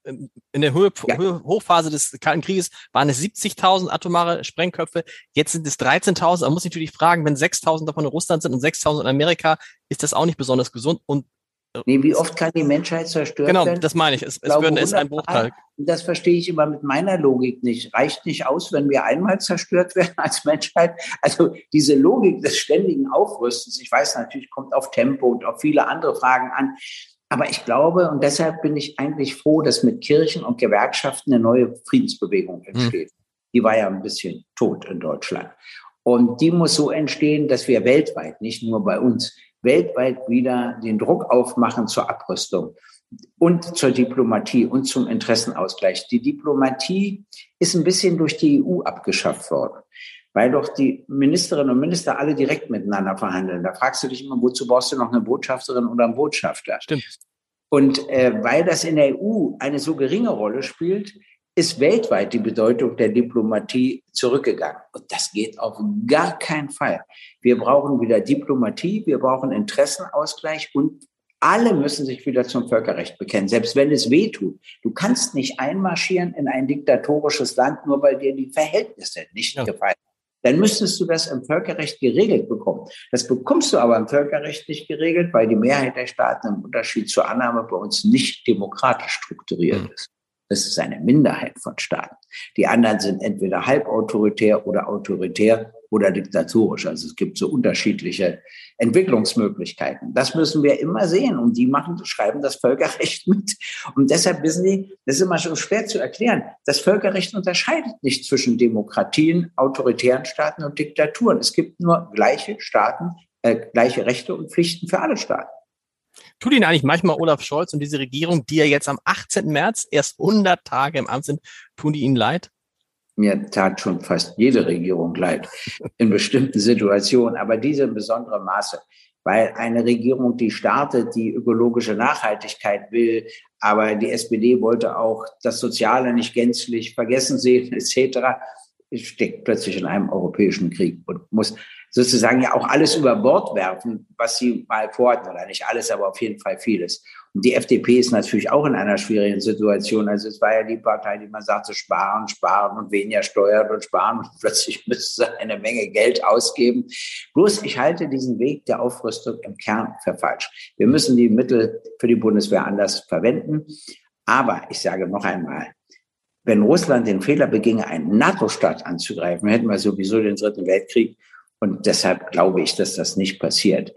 in der Hochphase des Kalten Krieges waren es 70.000 atomare Sprengköpfe, jetzt sind es 13.000. Man muss sich natürlich fragen, wenn 6.000 davon in Russland sind und 6.000 in Amerika, ist das auch nicht besonders gesund. Und nee, wie oft kann die Menschheit zerstört werden? Genau, das meine ich. Es ist ein Bruchteil. Das verstehe ich immer mit meiner Logik nicht. Reicht nicht aus, wenn wir einmal zerstört werden als Menschheit? Also diese Logik des ständigen Aufrüstens, ich weiß natürlich, kommt auf Tempo und auf viele andere Fragen an. Aber ich glaube, und deshalb bin ich eigentlich froh, dass mit Kirchen und Gewerkschaften eine neue Friedensbewegung entsteht. Die war ja ein bisschen tot in Deutschland. Und die muss so entstehen, dass wir weltweit, nicht nur bei uns, weltweit wieder den Druck aufmachen zur Abrüstung und zur Diplomatie und zum Interessenausgleich. Die Diplomatie ist ein bisschen durch die EU abgeschafft worden, weil doch die Ministerinnen und Minister alle direkt miteinander verhandeln. Da fragst du dich immer, wozu brauchst du noch eine Botschafterin oder einen Botschafter? Stimmt. Und weil das in der EU eine so geringe Rolle spielt, ist weltweit die Bedeutung der Diplomatie zurückgegangen. Und das geht auf gar keinen Fall. Wir brauchen wieder Diplomatie, wir brauchen Interessenausgleich und alle müssen sich wieder zum Völkerrecht bekennen, selbst wenn es weh tut. Du kannst nicht einmarschieren in ein diktatorisches Land, nur weil dir die Verhältnisse nicht gefallen. Dann müsstest du das im Völkerrecht geregelt bekommen. Das bekommst du aber im Völkerrecht nicht geregelt, weil die Mehrheit der Staaten im Unterschied zur Annahme bei uns nicht demokratisch strukturiert ist. Das ist eine Minderheit von Staaten. Die anderen sind entweder halbautoritär oder autoritär oder diktatorisch. Also es gibt so unterschiedliche Entwicklungsmöglichkeiten. Das müssen wir immer sehen. Und die schreiben das Völkerrecht mit. Und deshalb wissen die, das ist immer schon schwer zu erklären. Das Völkerrecht unterscheidet nicht zwischen Demokratien, autoritären Staaten und Diktaturen. Es gibt nur gleiche Staaten, gleiche Rechte und Pflichten für alle Staaten. Tut Ihnen eigentlich manchmal Olaf Scholz und diese Regierung, die ja jetzt am 18. März erst 100 Tage im Amt sind, tun die Ihnen leid? Mir tat schon fast jede Regierung leid in bestimmten Situationen, aber diese in besonderem Maße, weil eine Regierung, die startet, die ökologische Nachhaltigkeit will, aber die SPD wollte auch das Soziale nicht gänzlich vergessen sehen, etc., steckt plötzlich in einem europäischen Krieg und muss sozusagen ja auch alles über Bord werfen, was sie mal vorhatten, oder nicht alles, aber auf jeden Fall vieles. Und die FDP ist natürlich auch in einer schwierigen Situation. Also es war ja die Partei, die man sagte, sparen, sparen und weniger steuern und sparen und plötzlich müsste sie eine Menge Geld ausgeben. Bloß ich halte diesen Weg der Aufrüstung im Kern für falsch. Wir müssen die Mittel für die Bundeswehr anders verwenden. Aber ich sage noch einmal, wenn Russland den Fehler beginge, einen NATO-Staat anzugreifen, hätten wir sowieso den Dritten Weltkrieg. Und deshalb glaube ich, dass das nicht passiert.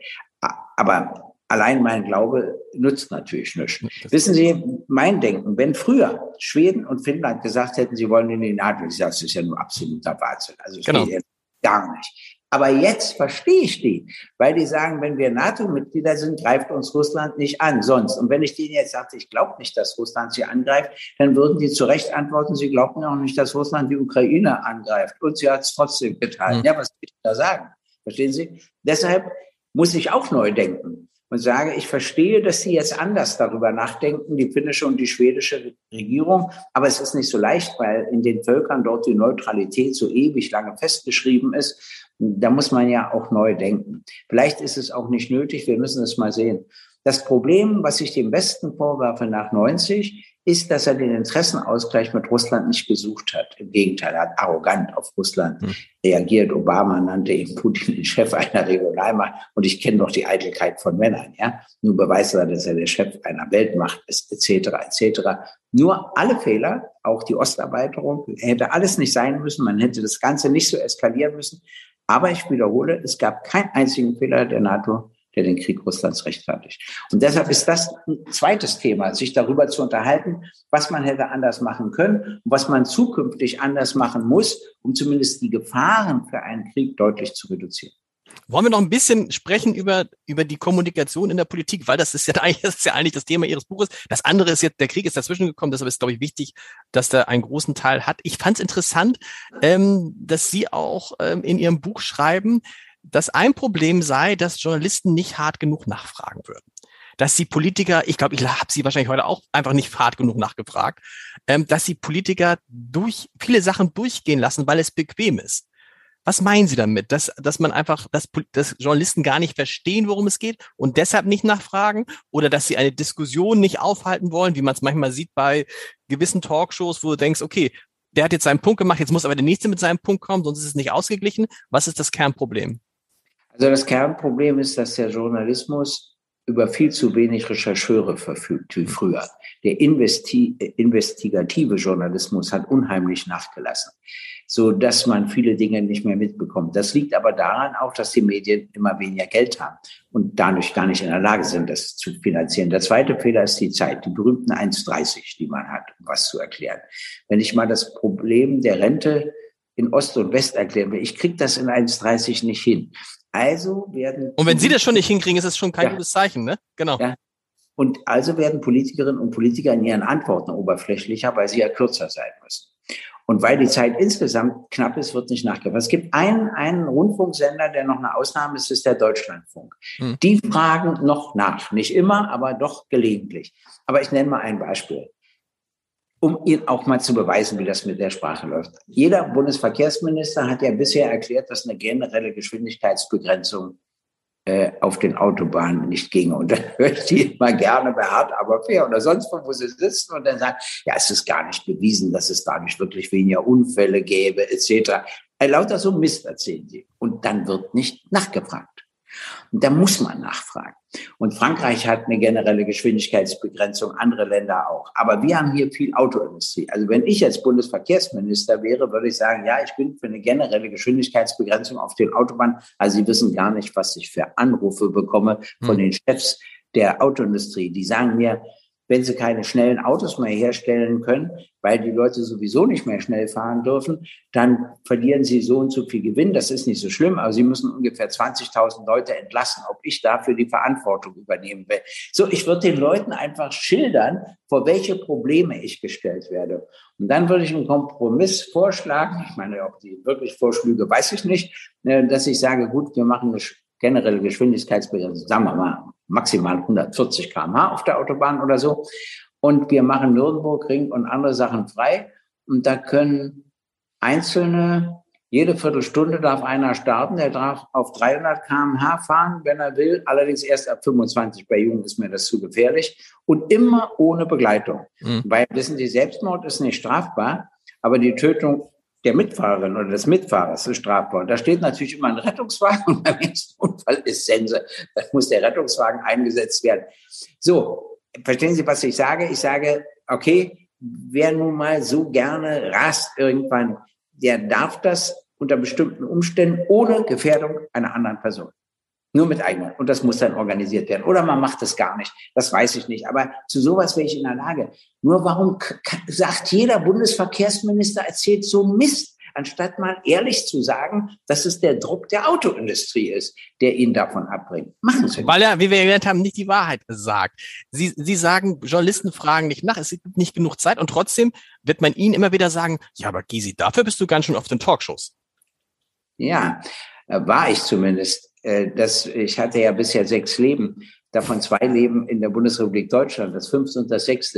Aber allein mein Glaube nützt natürlich nichts. Wissen Sie, mein Denken, wenn früher Schweden und Finnland gesagt hätten, sie wollen in die NATO, ich sage, das ist ja nur absoluter Wahnsinn. Also es geht jetzt gar nicht. Aber jetzt verstehe ich die, weil die sagen, wenn wir NATO-Mitglieder sind, greift uns Russland nicht an, sonst. Und wenn ich denen jetzt sagte, ich glaube nicht, dass Russland sie angreift, dann würden die zu Recht antworten, sie glauben auch nicht, dass Russland die Ukraine angreift. Und sie hat es trotzdem getan. Ja, was will ich da sagen? Verstehen Sie? Deshalb muss ich auch neu denken und sage, ich verstehe, dass Sie jetzt anders darüber nachdenken, die finnische und die schwedische Regierung. Aber es ist nicht so leicht, weil in den Völkern dort die Neutralität so ewig lange festgeschrieben ist. Da muss man ja auch neu denken. Vielleicht ist es auch nicht nötig, wir müssen es mal sehen. Das Problem, was ich dem Westen vorwerfe nach 90, ist, dass er den Interessenausgleich mit Russland nicht gesucht hat. Im Gegenteil, er hat arrogant auf Russland reagiert. Obama nannte ihn Putin den Chef einer Regionalmacht. Und ich kenne doch die Eitelkeit von Männern. Ja? Nur beweist er, dass er der Chef einer Weltmacht ist, etc., etc. Nur alle Fehler, auch die Osterweiterung, hätte alles nicht sein müssen. Man hätte das Ganze nicht so eskalieren müssen. Aber ich wiederhole, es gab keinen einzigen Fehler der NATO, der den Krieg Russlands rechtfertigt. Und deshalb ist das ein zweites Thema, sich darüber zu unterhalten, was man hätte anders machen können und was man zukünftig anders machen muss, um zumindest die Gefahren für einen Krieg deutlich zu reduzieren. Wollen wir noch ein bisschen sprechen über die Kommunikation in der Politik, weil das ist ja eigentlich das Thema Ihres Buches. Das andere ist jetzt, der Krieg ist dazwischen gekommen, deshalb ist, glaube ich, wichtig, dass der einen großen Teil hat. Ich fand es interessant, dass Sie auch in Ihrem Buch schreiben, dass ein Problem sei, dass Journalisten nicht hart genug nachfragen würden. Dass die Politiker, ich glaube, ich habe sie wahrscheinlich heute auch einfach nicht hart genug nachgefragt, dass die Politiker viele Sachen durchgehen lassen, weil es bequem ist. Was meinen Sie damit? Dass man einfach, dass Journalisten gar nicht verstehen, worum es geht und deshalb nicht nachfragen? Oder dass sie eine Diskussion nicht aufhalten wollen, wie man es manchmal sieht bei gewissen Talkshows, wo du denkst, okay, der hat jetzt seinen Punkt gemacht, jetzt muss aber der Nächste mit seinem Punkt kommen, sonst ist es nicht ausgeglichen. Was ist das Kernproblem? Also das Kernproblem ist, dass der Journalismus über viel zu wenig Rechercheure verfügt wie früher. Der investigative Journalismus hat unheimlich nachgelassen, so dass man viele Dinge nicht mehr mitbekommt. Das liegt aber daran auch, dass die Medien immer weniger Geld haben und dadurch gar nicht in der Lage sind, das zu finanzieren. Der zweite Fehler ist die Zeit, die berühmten 1,30, die man hat, um was zu erklären. Wenn ich mal das Problem der Rente in Ost und West erklären will, ich kriege das in 1,30 nicht hin. Also werden... Und wenn Sie das schon nicht hinkriegen, ist es schon kein gutes Zeichen, ne? Genau. Ja. Und also werden Politikerinnen und Politiker in ihren Antworten oberflächlicher, weil sie ja kürzer sein müssen. Und weil die Zeit insgesamt knapp ist, wird nicht nachgefragt. Es gibt einen Rundfunksender, der noch eine Ausnahme ist, ist der Deutschlandfunk. Die fragen noch nach. Nicht immer, aber doch gelegentlich. Aber ich nenne mal ein Beispiel, um Ihnen auch mal zu beweisen, wie das mit der Sprache läuft. Jeder Bundesverkehrsminister hat ja bisher erklärt, dass eine generelle Geschwindigkeitsbegrenzung auf den Autobahnen nicht ginge. Und dann höre ich die immer gerne bei Hart, aber fair oder sonst wo sie sitzen und dann sagen, ja, es ist gar nicht bewiesen, dass es dadurch wirklich weniger Unfälle gäbe, etc. Lauter so Mist erzählen sie. Und dann wird nicht nachgefragt. Und da muss man nachfragen. Und Frankreich hat eine generelle Geschwindigkeitsbegrenzung, andere Länder auch. Aber wir haben hier viel Autoindustrie. Also wenn ich jetzt Bundesverkehrsminister wäre, würde ich sagen, ja, ich bin für eine generelle Geschwindigkeitsbegrenzung auf den Autobahnen. Also Sie wissen gar nicht, was ich für Anrufe bekomme von den Chefs der Autoindustrie. Die sagen mir, wenn sie keine schnellen Autos mehr herstellen können, weil die Leute sowieso nicht mehr schnell fahren dürfen, dann verlieren sie so und so viel Gewinn. Das ist nicht so schlimm, aber sie müssen ungefähr 20.000 Leute entlassen, ob ich dafür die Verantwortung übernehmen will. So, ich würde den Leuten einfach schildern, vor welche Probleme ich gestellt werde. Und dann würde ich einen Kompromiss vorschlagen. Ich meine, ob die wirklich vorschlüge, weiß ich nicht, dass ich sage, gut, wir machen eine generelle Geschwindigkeitsbegrenzung, sagen wir mal, maximal 140 km/h auf der Autobahn oder so. Und wir machen Nürnbergring und andere Sachen frei. Und da können Einzelne, jede Viertelstunde darf einer starten, der darf auf 300 km/h fahren, wenn er will. Allerdings erst ab 25. Bei Jungen ist mir das zu gefährlich. Und immer ohne Begleitung. Weil, wissen Sie, Selbstmord ist nicht strafbar, aber die Tötung der Mitfahrerin oder des Mitfahrers ist strafbar. Und da steht natürlich immer ein Rettungswagen und beim ersten Unfall ist Sense. Da muss der Rettungswagen eingesetzt werden. So, verstehen Sie, was ich sage? Ich sage, okay, wer nun mal so gerne rast irgendwann, der darf das unter bestimmten Umständen ohne Gefährdung einer anderen Person. Nur mit eigenen. Und das muss dann organisiert werden. Oder man macht das gar nicht. Das weiß ich nicht. Aber zu sowas wäre ich in der Lage. Nur warum sagt jeder Bundesverkehrsminister, erzählt so Mist, anstatt mal ehrlich zu sagen, dass es der Druck der Autoindustrie ist, der ihn davon abbringt. Machen Sie nicht. Weil er, wie wir gelernt haben, nicht die Wahrheit sagt. Sie sagen, Journalisten fragen nicht nach, es gibt nicht genug Zeit und trotzdem wird man ihnen immer wieder sagen, ja, aber Gysi, dafür bist du ganz schön auf den Talkshows. Ja, war ich zumindest. Ich hatte ja bisher 6 Leben, davon 2 Leben in der Bundesrepublik Deutschland, das 5. und das 6.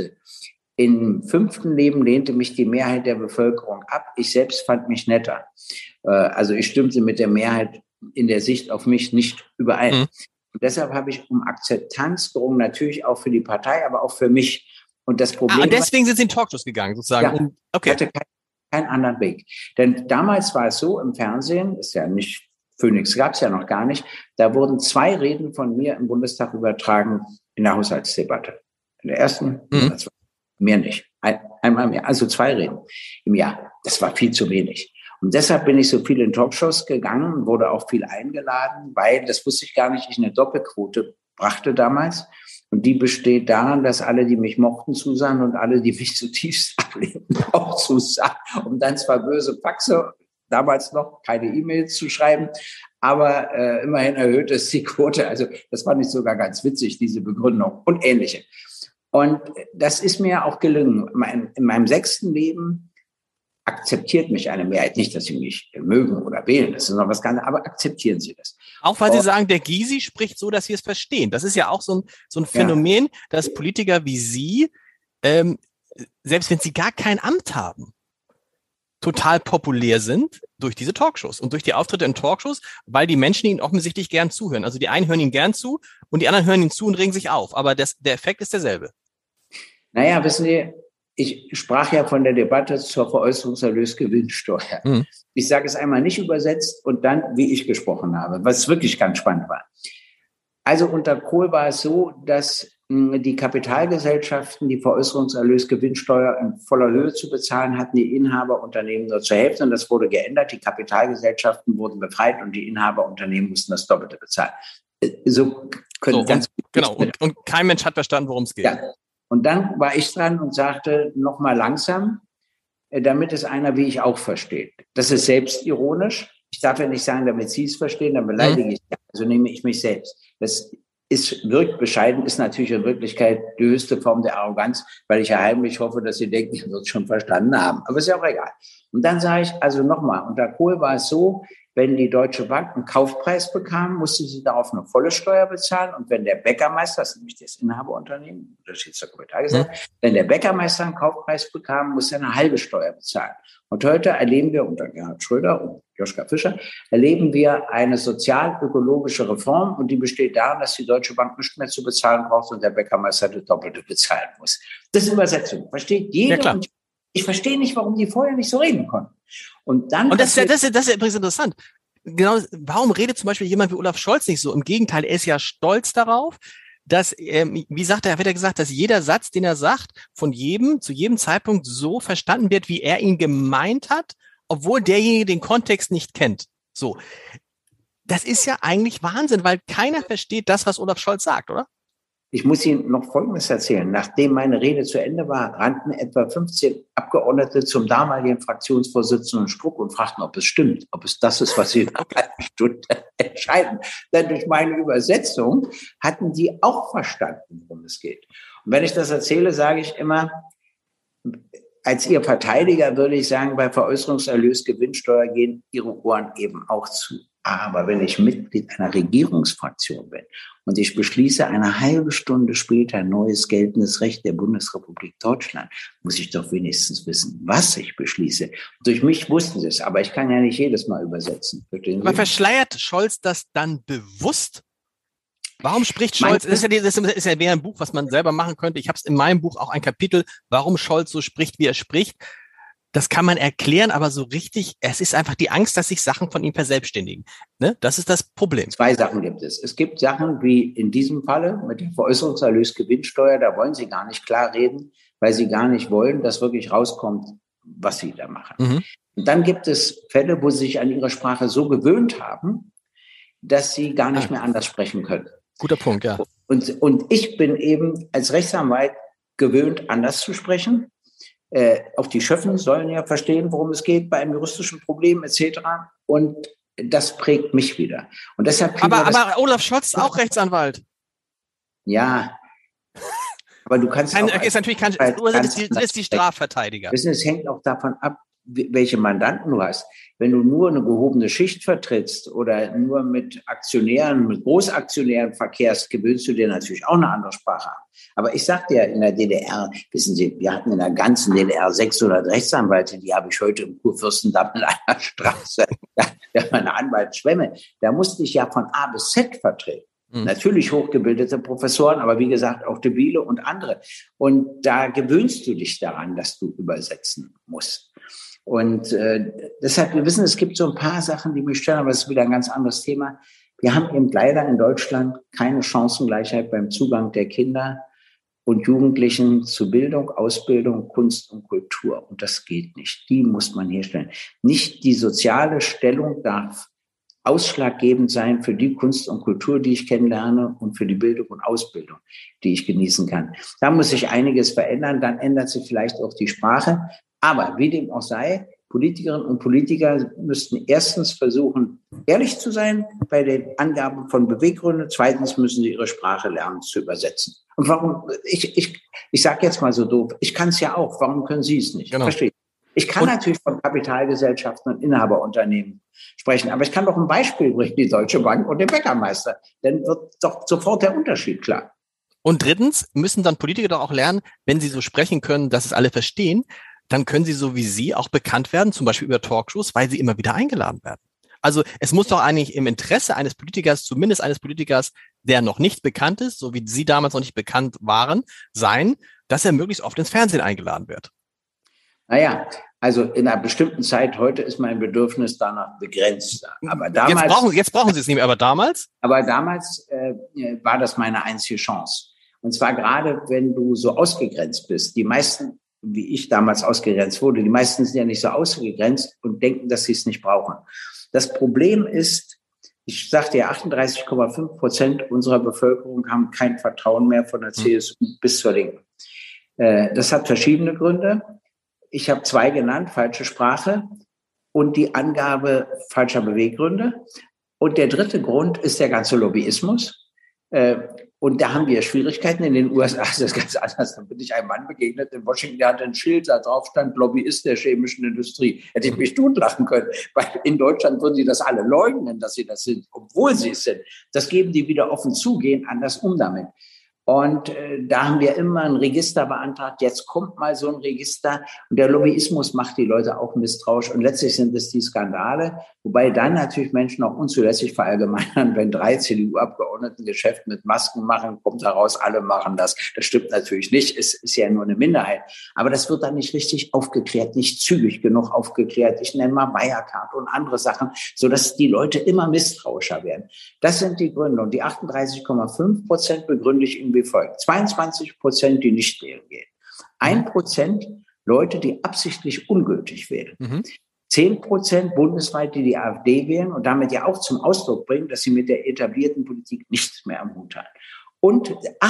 Im 5. Leben lehnte mich die Mehrheit der Bevölkerung ab. Ich selbst fand mich netter. Also ich stimmte mit der Mehrheit in der Sicht auf mich nicht überein. Und deshalb habe ich um Akzeptanz gerungen, natürlich auch für die Partei, aber auch für mich. Und das Problem. Und deswegen sind Sie in Talkshows gegangen, sozusagen. Ja, okay. Ich hatte keinen anderen Weg. Denn damals war es so im Fernsehen, ist ja nicht, Phoenix gab es ja noch gar nicht, da wurden 2 Reden von mir im Bundestag übertragen in der Haushaltsdebatte. In der ersten, mehr nicht. Einmal mehr, also 2 Reden im Jahr. Das war viel zu wenig. Und deshalb bin ich so viel in Talkshows gegangen, wurde auch viel eingeladen, weil, das wusste ich gar nicht, ich eine Doppelquote brachte damals. Und die besteht daran, dass alle, die mich mochten, zusahen und alle, die mich zutiefst ablehnten, auch zusahen. Um dann zwar böse Faxe, damals noch keine E-Mails zu schreiben, aber immerhin erhöht es die Quote. Also das fand ich sogar ganz witzig, diese Begründung und ähnliche. Und das ist mir auch gelungen. In meinem 6. Leben akzeptiert mich eine Mehrheit. Nicht, dass sie mich mögen oder wählen, das ist noch was ganz anderes, aber akzeptieren sie das. Auch weil Sie sagen, der Gysi spricht so, dass Sie es verstehen. Das ist ja auch so ein Phänomen, dass Politiker wie Sie, selbst wenn sie gar kein Amt haben, total populär sind durch diese Talkshows und durch die Auftritte in Talkshows, weil die Menschen ihnen offensichtlich gern zuhören. Also die einen hören ihnen gern zu und die anderen hören ihnen zu und regen sich auf. Aber der Effekt ist derselbe. Naja, wissen Sie, ich sprach ja von der Debatte zur Veräußerungserlösgewinnsteuer. Mhm. Ich sage es einmal nicht übersetzt und dann, wie ich gesprochen habe, was wirklich ganz spannend war. Also unter Kohl war es so, dass die Kapitalgesellschaften die Veräußerungserlösgewinnsteuer in voller Höhe zu bezahlen hatten, die Inhaberunternehmen nur zur Hälfte. Und das wurde geändert. Die Kapitalgesellschaften wurden befreit und die Inhaberunternehmen mussten das Doppelte bezahlen. So können und kein Mensch hat verstanden, worum es geht. Ja. Und dann war ich dran und sagte, noch mal langsam, damit es einer wie ich auch versteht. Das ist selbstironisch. Ich darf ja nicht sagen, damit Sie es verstehen, dann beleidige ich. Also nehme ich mich selbst. Das wirkt bescheiden, ist natürlich in Wirklichkeit die höchste Form der Arroganz, weil ich ja heimlich hoffe, dass Sie denken, ich würde es schon verstanden haben. Aber ist ja auch egal. Und dann sage ich, also nochmal, unter Kohl war es so, wenn die Deutsche Bank einen Kaufpreis bekam, musste sie darauf eine volle Steuer bezahlen. Und wenn der Bäckermeister, das ist nämlich das Inhaberunternehmen, das ist jetzt der Kapitalgesellschaft, wenn der Bäckermeister einen Kaufpreis bekam, musste er eine halbe Steuer bezahlen. Und heute erleben wir unter Gerhard Schröder und Joschka Fischer, erleben wir eine sozial-ökologische Reform. Und die besteht darin, dass die Deutsche Bank nicht mehr zu bezahlen braucht und der Bäckermeister das Doppelte bezahlen muss. Das ist Übersetzung. Versteht jeder? Ja, und ich verstehe nicht, warum die vorher nicht so reden konnten. Und das ist übrigens interessant. Genau, warum redet zum Beispiel jemand wie Olaf Scholz nicht so? Im Gegenteil, er ist ja stolz darauf, dass, wird er gesagt, dass jeder Satz, den er sagt, von jedem zu jedem Zeitpunkt so verstanden wird, wie er ihn gemeint hat, obwohl derjenige den Kontext nicht kennt. So. Das ist ja eigentlich Wahnsinn, weil keiner versteht das, was Olaf Scholz sagt, oder? Ich muss Ihnen noch Folgendes erzählen. Nachdem meine Rede zu Ende war, rannten etwa 15 Abgeordnete zum damaligen Fraktionsvorsitzenden Struck und fragten, ob es stimmt, ob es das ist, was sie in einer halben Stunde entscheiden. Denn durch meine Übersetzung hatten die auch verstanden, worum es geht. Und wenn ich das erzähle, sage ich immer, als Ihr Verteidiger würde ich sagen, bei Veräußerungserlösgewinnsteuer gehen Ihre Ohren eben auch zu. Aber wenn ich Mitglied einer Regierungsfraktion bin und ich beschließe eine halbe Stunde später neues geltendes Recht der Bundesrepublik Deutschland, muss ich doch wenigstens wissen, was ich beschließe. Durch mich wussten sie es, aber ich kann ja nicht jedes Mal übersetzen. Aber verschleiert Scholz das dann bewusst? Warum spricht Scholz? Das ist ja ein Buch, was man selber machen könnte. Ich habe es in meinem Buch auch ein Kapitel, warum Scholz so spricht, wie er spricht. Das kann man erklären, aber so richtig, es ist einfach die Angst, dass sich Sachen von ihm verselbstständigen. Ne? Das ist das Problem. Zwei Sachen gibt es. Es gibt Sachen wie in diesem Falle mit der Veräußerungserlösgewinnsteuer, da wollen Sie gar nicht klar reden, weil Sie gar nicht wollen, dass wirklich rauskommt, was Sie da machen. Mhm. Und dann gibt es Fälle, wo Sie sich an Ihre Sprache so gewöhnt haben, dass Sie gar nicht mehr anders sprechen können. Guter Punkt, ja. Und ich bin eben als Rechtsanwalt gewöhnt, anders zu sprechen. Auch die Schöffen sollen ja verstehen, worum es geht bei einem juristischen Problem etc. Und das prägt mich wieder. Und deshalb aber Olaf Scholz ist auch Rechtsanwalt. Ja. Aber du kannst du bist die Strafverteidiger. Wissen, es hängt auch davon ab, welche Mandanten du hast. Wenn du nur eine gehobene Schicht vertrittst oder nur mit Aktionären, mit Großaktionären verkehrst, gewöhnst du dir natürlich auch eine andere Sprache an. Aber ich sagte ja, in der DDR, wissen Sie, wir hatten in der ganzen DDR 600 Rechtsanwälte, die habe ich heute im Kurfürstendamm in einer Straße. Da war eine Anwaltsschwemme. Da musste ich ja von A bis Z vertreten. Natürlich hochgebildete Professoren, aber wie gesagt auch debile und andere. Und da gewöhnst du dich daran, dass du übersetzen musst. Und deshalb, wir wissen, es gibt so ein paar Sachen, die mich stören, aber das ist wieder ein ganz anderes Thema. Wir haben eben leider in Deutschland keine Chancengleichheit beim Zugang der Kinder und Jugendlichen zu Bildung, Ausbildung, Kunst und Kultur. Und das geht nicht. Die muss man herstellen. Nicht die soziale Stellung darf ausschlaggebend sein für die Kunst und Kultur, die ich kennenlerne und für die Bildung und Ausbildung, die ich genießen kann. Da muss sich einiges verändern, dann ändert sich vielleicht auch die Sprache. Aber wie dem auch sei, Politikerinnen und Politiker müssten erstens versuchen, ehrlich zu sein bei den Angaben von Beweggründen. Zweitens müssen sie ihre Sprache lernen zu übersetzen. Und warum, ich sage jetzt mal so doof, ich kann es ja auch, warum können Sie es nicht? Genau. Verstehe. Ich kann natürlich von Kapitalgesellschaften und Inhaberunternehmen sprechen, aber ich kann doch ein Beispiel bringen, die Deutsche Bank und den Bäckermeister. Dann wird doch sofort der Unterschied klar. Und drittens müssen dann Politiker doch auch lernen, wenn sie so sprechen können, dass es alle verstehen, dann können sie so wie Sie auch bekannt werden, zum Beispiel über Talkshows, weil sie immer wieder eingeladen werden. Also es muss doch eigentlich im Interesse eines Politikers, zumindest eines Politikers, der noch nicht bekannt ist, so wie Sie damals noch nicht bekannt waren, sein, dass er möglichst oft ins Fernsehen eingeladen wird. Naja, also in einer bestimmten Zeit, heute ist mein Bedürfnis danach begrenzt. Aber damals, jetzt brauchen Sie es nicht mehr, aber damals? Aber damals war das meine einzige Chance. Und zwar gerade, wenn du so ausgegrenzt bist. Die meisten, wie ich damals ausgegrenzt wurde, die meisten sind ja nicht so ausgegrenzt und denken, dass sie es nicht brauchen. Das Problem ist, ich sagte ja, 38,5% unserer Bevölkerung haben kein Vertrauen mehr von der CSU bis zur Linken. Das hat verschiedene Gründe. Ich habe 2 genannt, falsche Sprache und die Angabe falscher Beweggründe. Und der dritte Grund ist der ganze Lobbyismus. Und da haben wir Schwierigkeiten. In den USA ist das ganz anders. Da bin ich einem Mann begegnet in Washington, der hatte ein Schild, da drauf stand Lobbyist der chemischen Industrie. Hätte ich mich totlachen können, weil in Deutschland würden sie das alle leugnen, dass sie das sind, obwohl sie es sind. Das geben die wieder offen zu, gehen anders um damit. Und da haben wir immer ein Register beantragt. Jetzt kommt mal so ein Register. Und der Lobbyismus macht die Leute auch misstrauisch. Und letztlich sind es die Skandale, wobei dann natürlich Menschen auch unzulässig verallgemeinern, wenn 3 CDU-Abgeordneten Geschäft mit Masken machen, kommt heraus, alle machen das. Das stimmt natürlich nicht. Es ist ja nur eine Minderheit. Aber das wird dann nicht richtig aufgeklärt, nicht zügig genug aufgeklärt. Ich nenne mal Wirecard und andere Sachen, sodass die Leute immer misstrauischer werden. Das sind die Gründe. Und die 38,5% begründe ich in wie folgt. 22%, die nicht wählen gehen. 1% Leute, die absichtlich ungültig wählen. 10% bundesweit, die die AfD wählen und damit ja auch zum Ausdruck bringen, dass sie mit der etablierten Politik nichts mehr am Hut haben. Und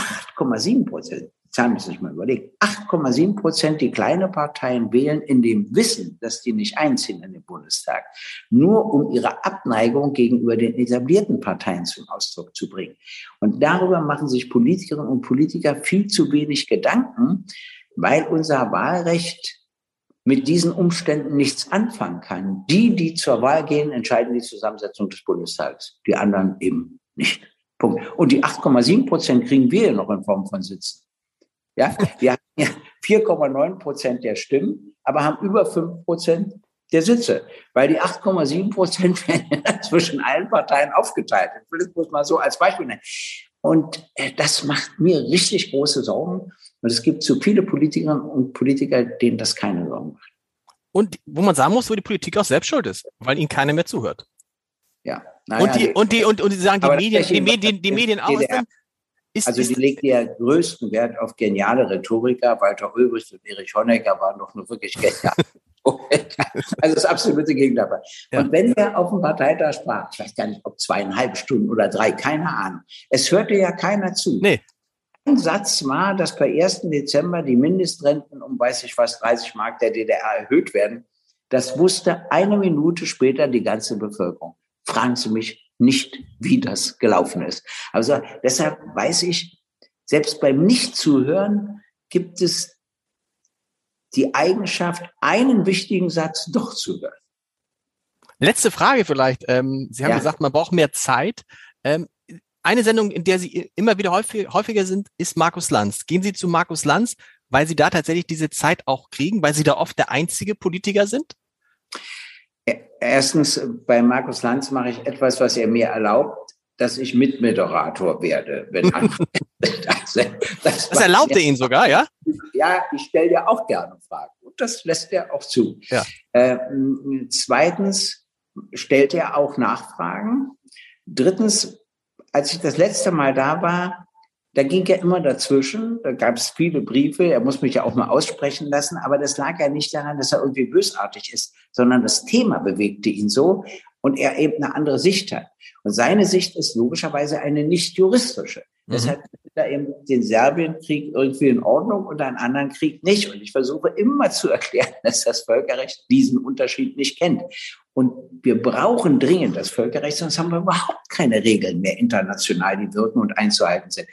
8,7%, Zahlen müssen sich mal überlegen, 8,7%, die kleine Parteien wählen in dem Wissen, dass die nicht einziehen in den Bundestag, nur um ihre Abneigung gegenüber den etablierten Parteien zum Ausdruck zu bringen. Und darüber machen sich Politikerinnen und Politiker viel zu wenig Gedanken, weil unser Wahlrecht mit diesen Umständen nichts anfangen kann. Die zur Wahl gehen, entscheiden die Zusammensetzung des Bundestages, die anderen eben nicht. Punkt. Und die 8,7% kriegen wir noch in Form von Sitzen. Ja, wir haben ja 4,9% der Stimmen, aber haben über 5% der Sitze, weil die 8,7% werden zwischen allen Parteien aufgeteilt. Ich will das bloß mal so als Beispiel nennen. Und das macht mir richtig große Sorgen. Und es gibt zu viele Politikerinnen und Politiker, denen das keine Sorgen macht. Und wo man sagen muss, wo die Politik auch selbst schuld ist, weil ihnen keiner mehr zuhört. Ja. Naja, und die sagen, die Medien auch. Die legt ja größten Wert auf geniale Rhetoriker. Walter Ulbricht und Erich Honecker waren doch nur wirklich genial. Also das absolute Gegenteil. Ja. Und wenn er auf dem Parteitag sprach, ich weiß gar nicht, ob 2,5 Stunden oder 3, keine Ahnung. Es hörte ja keiner zu. Nee. Ein Satz war, dass per 1. Dezember die Mindestrenten um, 30 Mark der DDR erhöht werden. Das wusste 1 Minute später die ganze Bevölkerung. Fragen Sie mich nicht, wie das gelaufen ist. Also deshalb weiß ich, selbst beim Nichtzuhören gibt es die Eigenschaft, einen wichtigen Satz doch zu hören. Letzte Frage vielleicht. Sie haben gesagt, man braucht mehr Zeit. Eine Sendung, in der Sie immer wieder häufiger sind, ist Markus Lanz. Gehen Sie zu Markus Lanz, weil Sie da tatsächlich diese Zeit auch kriegen, weil Sie da oft der einzige Politiker sind? Erstens, bei Markus Lanz mache ich etwas, was er mir erlaubt, dass ich Mitmoderator werde. Das erlaubt er Ihnen sogar, ja? Ja, ich stelle ja auch gerne Fragen. Und das lässt er auch zu. Ja. Zweitens stellt er auch Nachfragen. Drittens, als ich das letzte Mal da war, da ging er immer dazwischen, da gab es viele Briefe, er muss mich ja auch mal aussprechen lassen, aber das lag ja nicht daran, dass er irgendwie bösartig ist, sondern das Thema bewegte ihn so und er eben eine andere Sicht hat. Und seine Sicht ist logischerweise eine nicht juristische. Deshalb ist da eben den Serbienkrieg irgendwie in Ordnung und einen anderen Krieg nicht. Und ich versuche immer zu erklären, dass das Völkerrecht diesen Unterschied nicht kennt. Und wir brauchen dringend das Völkerrecht, sonst haben wir überhaupt keine Regeln mehr international, die wirken und einzuhalten sind.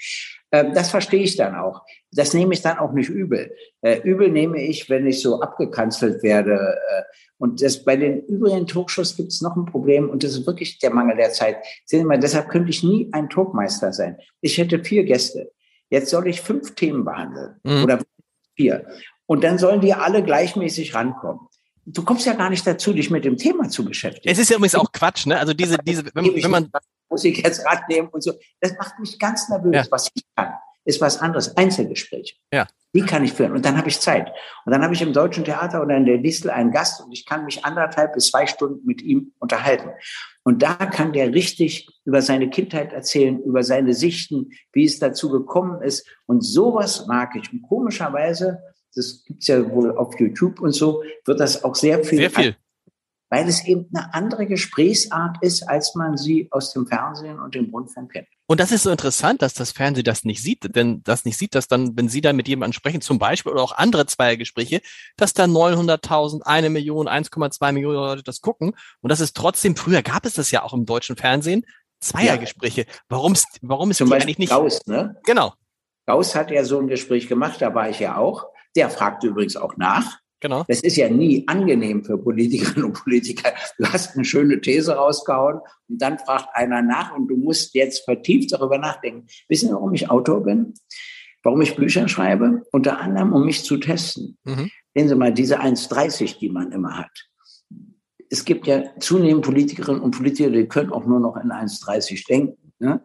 Das verstehe ich dann auch. Das nehme ich dann auch nicht übel. Übel nehme ich, wenn ich so abgekanzelt werde. Und bei den übrigen Talkshows gibt es noch ein Problem und das ist wirklich der Mangel der Zeit. Sehen Sie mal, deshalb könnte ich nie ein Talkmeister sein. Ich hätte 4 Gäste. Jetzt soll ich 5 Themen behandeln oder 4. Und dann sollen die alle gleichmäßig rankommen. Du kommst ja gar nicht dazu, dich mit dem Thema zu beschäftigen. Es ist ja übrigens auch Quatsch, ne? Also wenn man muss ich jetzt rannehmen und so. Das macht mich ganz nervös. Ja. Was ich kann, ist was anderes. Einzelgespräche. Ja. Die kann ich führen. Und dann habe ich Zeit. Und dann habe ich im Deutschen Theater oder in der Distel einen Gast und ich kann mich 1,5 bis 2 Stunden mit ihm unterhalten. Und da kann der richtig über seine Kindheit erzählen, über seine Sichten, wie es dazu gekommen ist. Und sowas mag ich. Und komischerweise, das gibt's ja wohl auf YouTube und so, wird das auch sehr viel. Weil es eben eine andere Gesprächsart ist, als man sie aus dem Fernsehen und dem Rundfunk kennt. Und das ist so interessant, dass das Fernsehen das nicht sieht, denn das nicht sieht, dass dann, wenn Sie da mit jemandem sprechen, zum Beispiel, oder auch andere Zweiergespräche, dass da 900.000, 1 Million, 1,2 Millionen Leute das gucken. Und das ist trotzdem, früher gab es das ja auch im deutschen Fernsehen, Zweiergespräche. Ja. Warum ist zum die Beispiel eigentlich nicht? Gauss, ne? Genau. Gauss hat ja so ein Gespräch gemacht, da war ich ja auch. Der fragte übrigens auch nach. Genau. Das ist ja nie angenehm für Politikerinnen und Politiker. Du hast eine schöne These rausgehauen und dann fragt einer nach und du musst jetzt vertieft darüber nachdenken. Wissen Sie, warum ich Autor bin? Warum ich Bücher schreibe? Unter anderem, um mich zu testen. Sehen Sie mal, diese 1,30, die man immer hat. Es gibt ja zunehmend Politikerinnen und Politiker, die können auch nur noch in 1,30 denken. Ne?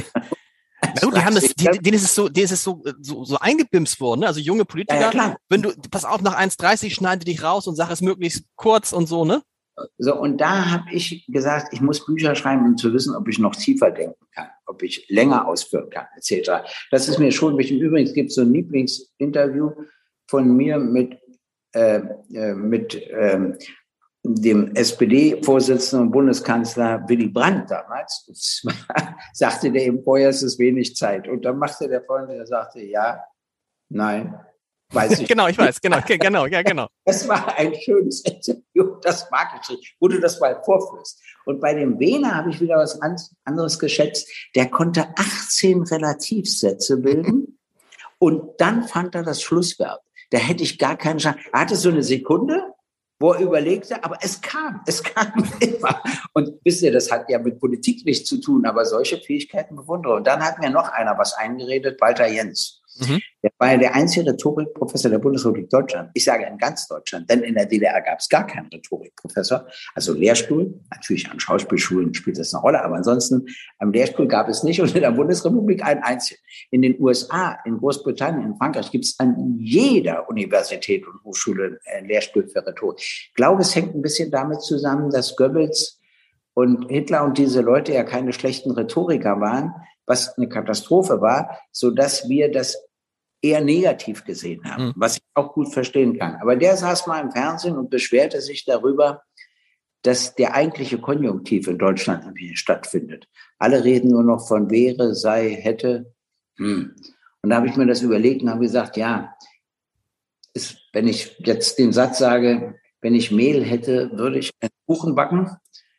Na gut, denen ist es so eingebimst worden, ne? Also junge Politiker, ja, wenn du, pass auf, nach 1,30 schneide dich raus und sag es möglichst kurz und so, ne? So, und da habe ich gesagt, ich muss Bücher schreiben, um zu wissen, ob ich noch tiefer denken kann, ob ich länger ausführen kann, etc. Das ist mir schon wichtig. Übrigens gibt es so ein Lieblingsinterview von mir mit dem SPD-Vorsitzenden und Bundeskanzler Willy Brandt damals. Sagte der ihm vorher, es ist wenig Zeit. Und dann machte der Freund, der sagte, ja, nein, weiß ich. Genau, ich weiß, genau. Das war ein schönes Interview, das mag ich nicht, wo du das mal vorführst. Und bei dem Wehner habe ich wieder was anderes geschätzt. Der konnte 18 Relativsätze bilden und dann fand er das Schlussverb. Da hätte ich gar keinen Chance. Er hatte so eine Sekunde, wo er überlegte, aber es kam immer. Und wisst ihr, das hat ja mit Politik nichts zu tun, aber solche Fähigkeiten bewundere. Und dann hat mir noch einer was eingeredet, Walter Jens. Der war ja der einzige Rhetorikprofessor der Bundesrepublik Deutschland. Ich sage in ganz Deutschland, denn in der DDR gab es gar keinen Rhetorikprofessor. Also Lehrstuhl, natürlich an Schauspielschulen spielt das eine Rolle, aber ansonsten am Lehrstuhl gab es nicht und in der Bundesrepublik einen einzigen. In den USA, in Großbritannien, in Frankreich gibt es an jeder Universität und Hochschule einen Lehrstuhl für Rhetorik. Ich glaube, es hängt ein bisschen damit zusammen, dass Goebbels und Hitler und diese Leute ja keine schlechten Rhetoriker waren, was eine Katastrophe war, so dass wir das eher negativ gesehen haben, was ich auch gut verstehen kann. Aber der saß mal im Fernsehen und beschwerte sich darüber, dass der eigentliche Konjunktiv in Deutschland nicht stattfindet. Alle reden nur noch von wäre, sei, hätte. Und da habe ich mir das überlegt und habe gesagt, ja, wenn ich jetzt den Satz sage, wenn ich Mehl hätte, würde ich einen Kuchen backen.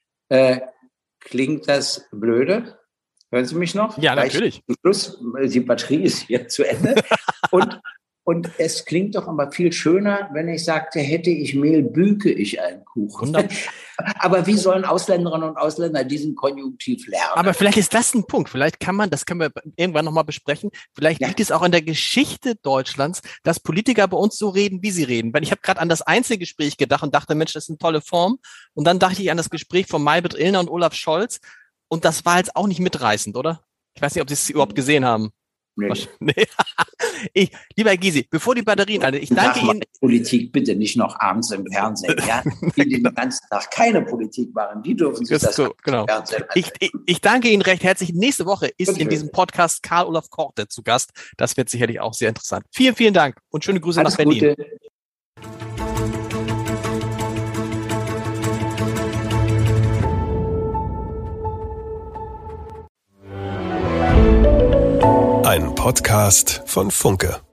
Klingt das blöde? Hören Sie mich noch? Ja, natürlich. Schluss, die Batterie ist hier zu Ende. Und es klingt doch aber viel schöner, wenn ich sagte, hätte ich Mehl, büke ich einen Kuchen. Aber wie sollen Ausländerinnen und Ausländer diesen Konjunktiv lernen? Aber vielleicht ist das ein Punkt. Vielleicht das können wir irgendwann nochmal besprechen. Vielleicht liegt es auch in der Geschichte Deutschlands, dass Politiker bei uns so reden, wie sie reden. Weil ich habe gerade an das Einzelgespräch gedacht und dachte, Mensch, das ist eine tolle Form. Und dann dachte ich an das Gespräch von Maybrit Illner und Olaf Scholz. Und das war jetzt auch nicht mitreißend, oder? Ich weiß nicht, ob Sie es überhaupt gesehen haben. Nee. Lieber Herr Gysi, bevor die Batterien alle, ich danke Ihnen. Politik bitte nicht noch abends im Fernsehen, ja? Die den ganzen Tag keine Politik machen, die dürfen sich das so, genau. Ich danke Ihnen recht herzlich. Nächste Woche ist in diesem Podcast Karl Olaf Korte zu Gast. Das wird sicherlich auch sehr interessant. Vielen, vielen Dank und schöne Grüße nach Berlin. Gute. Ein Podcast von Funke.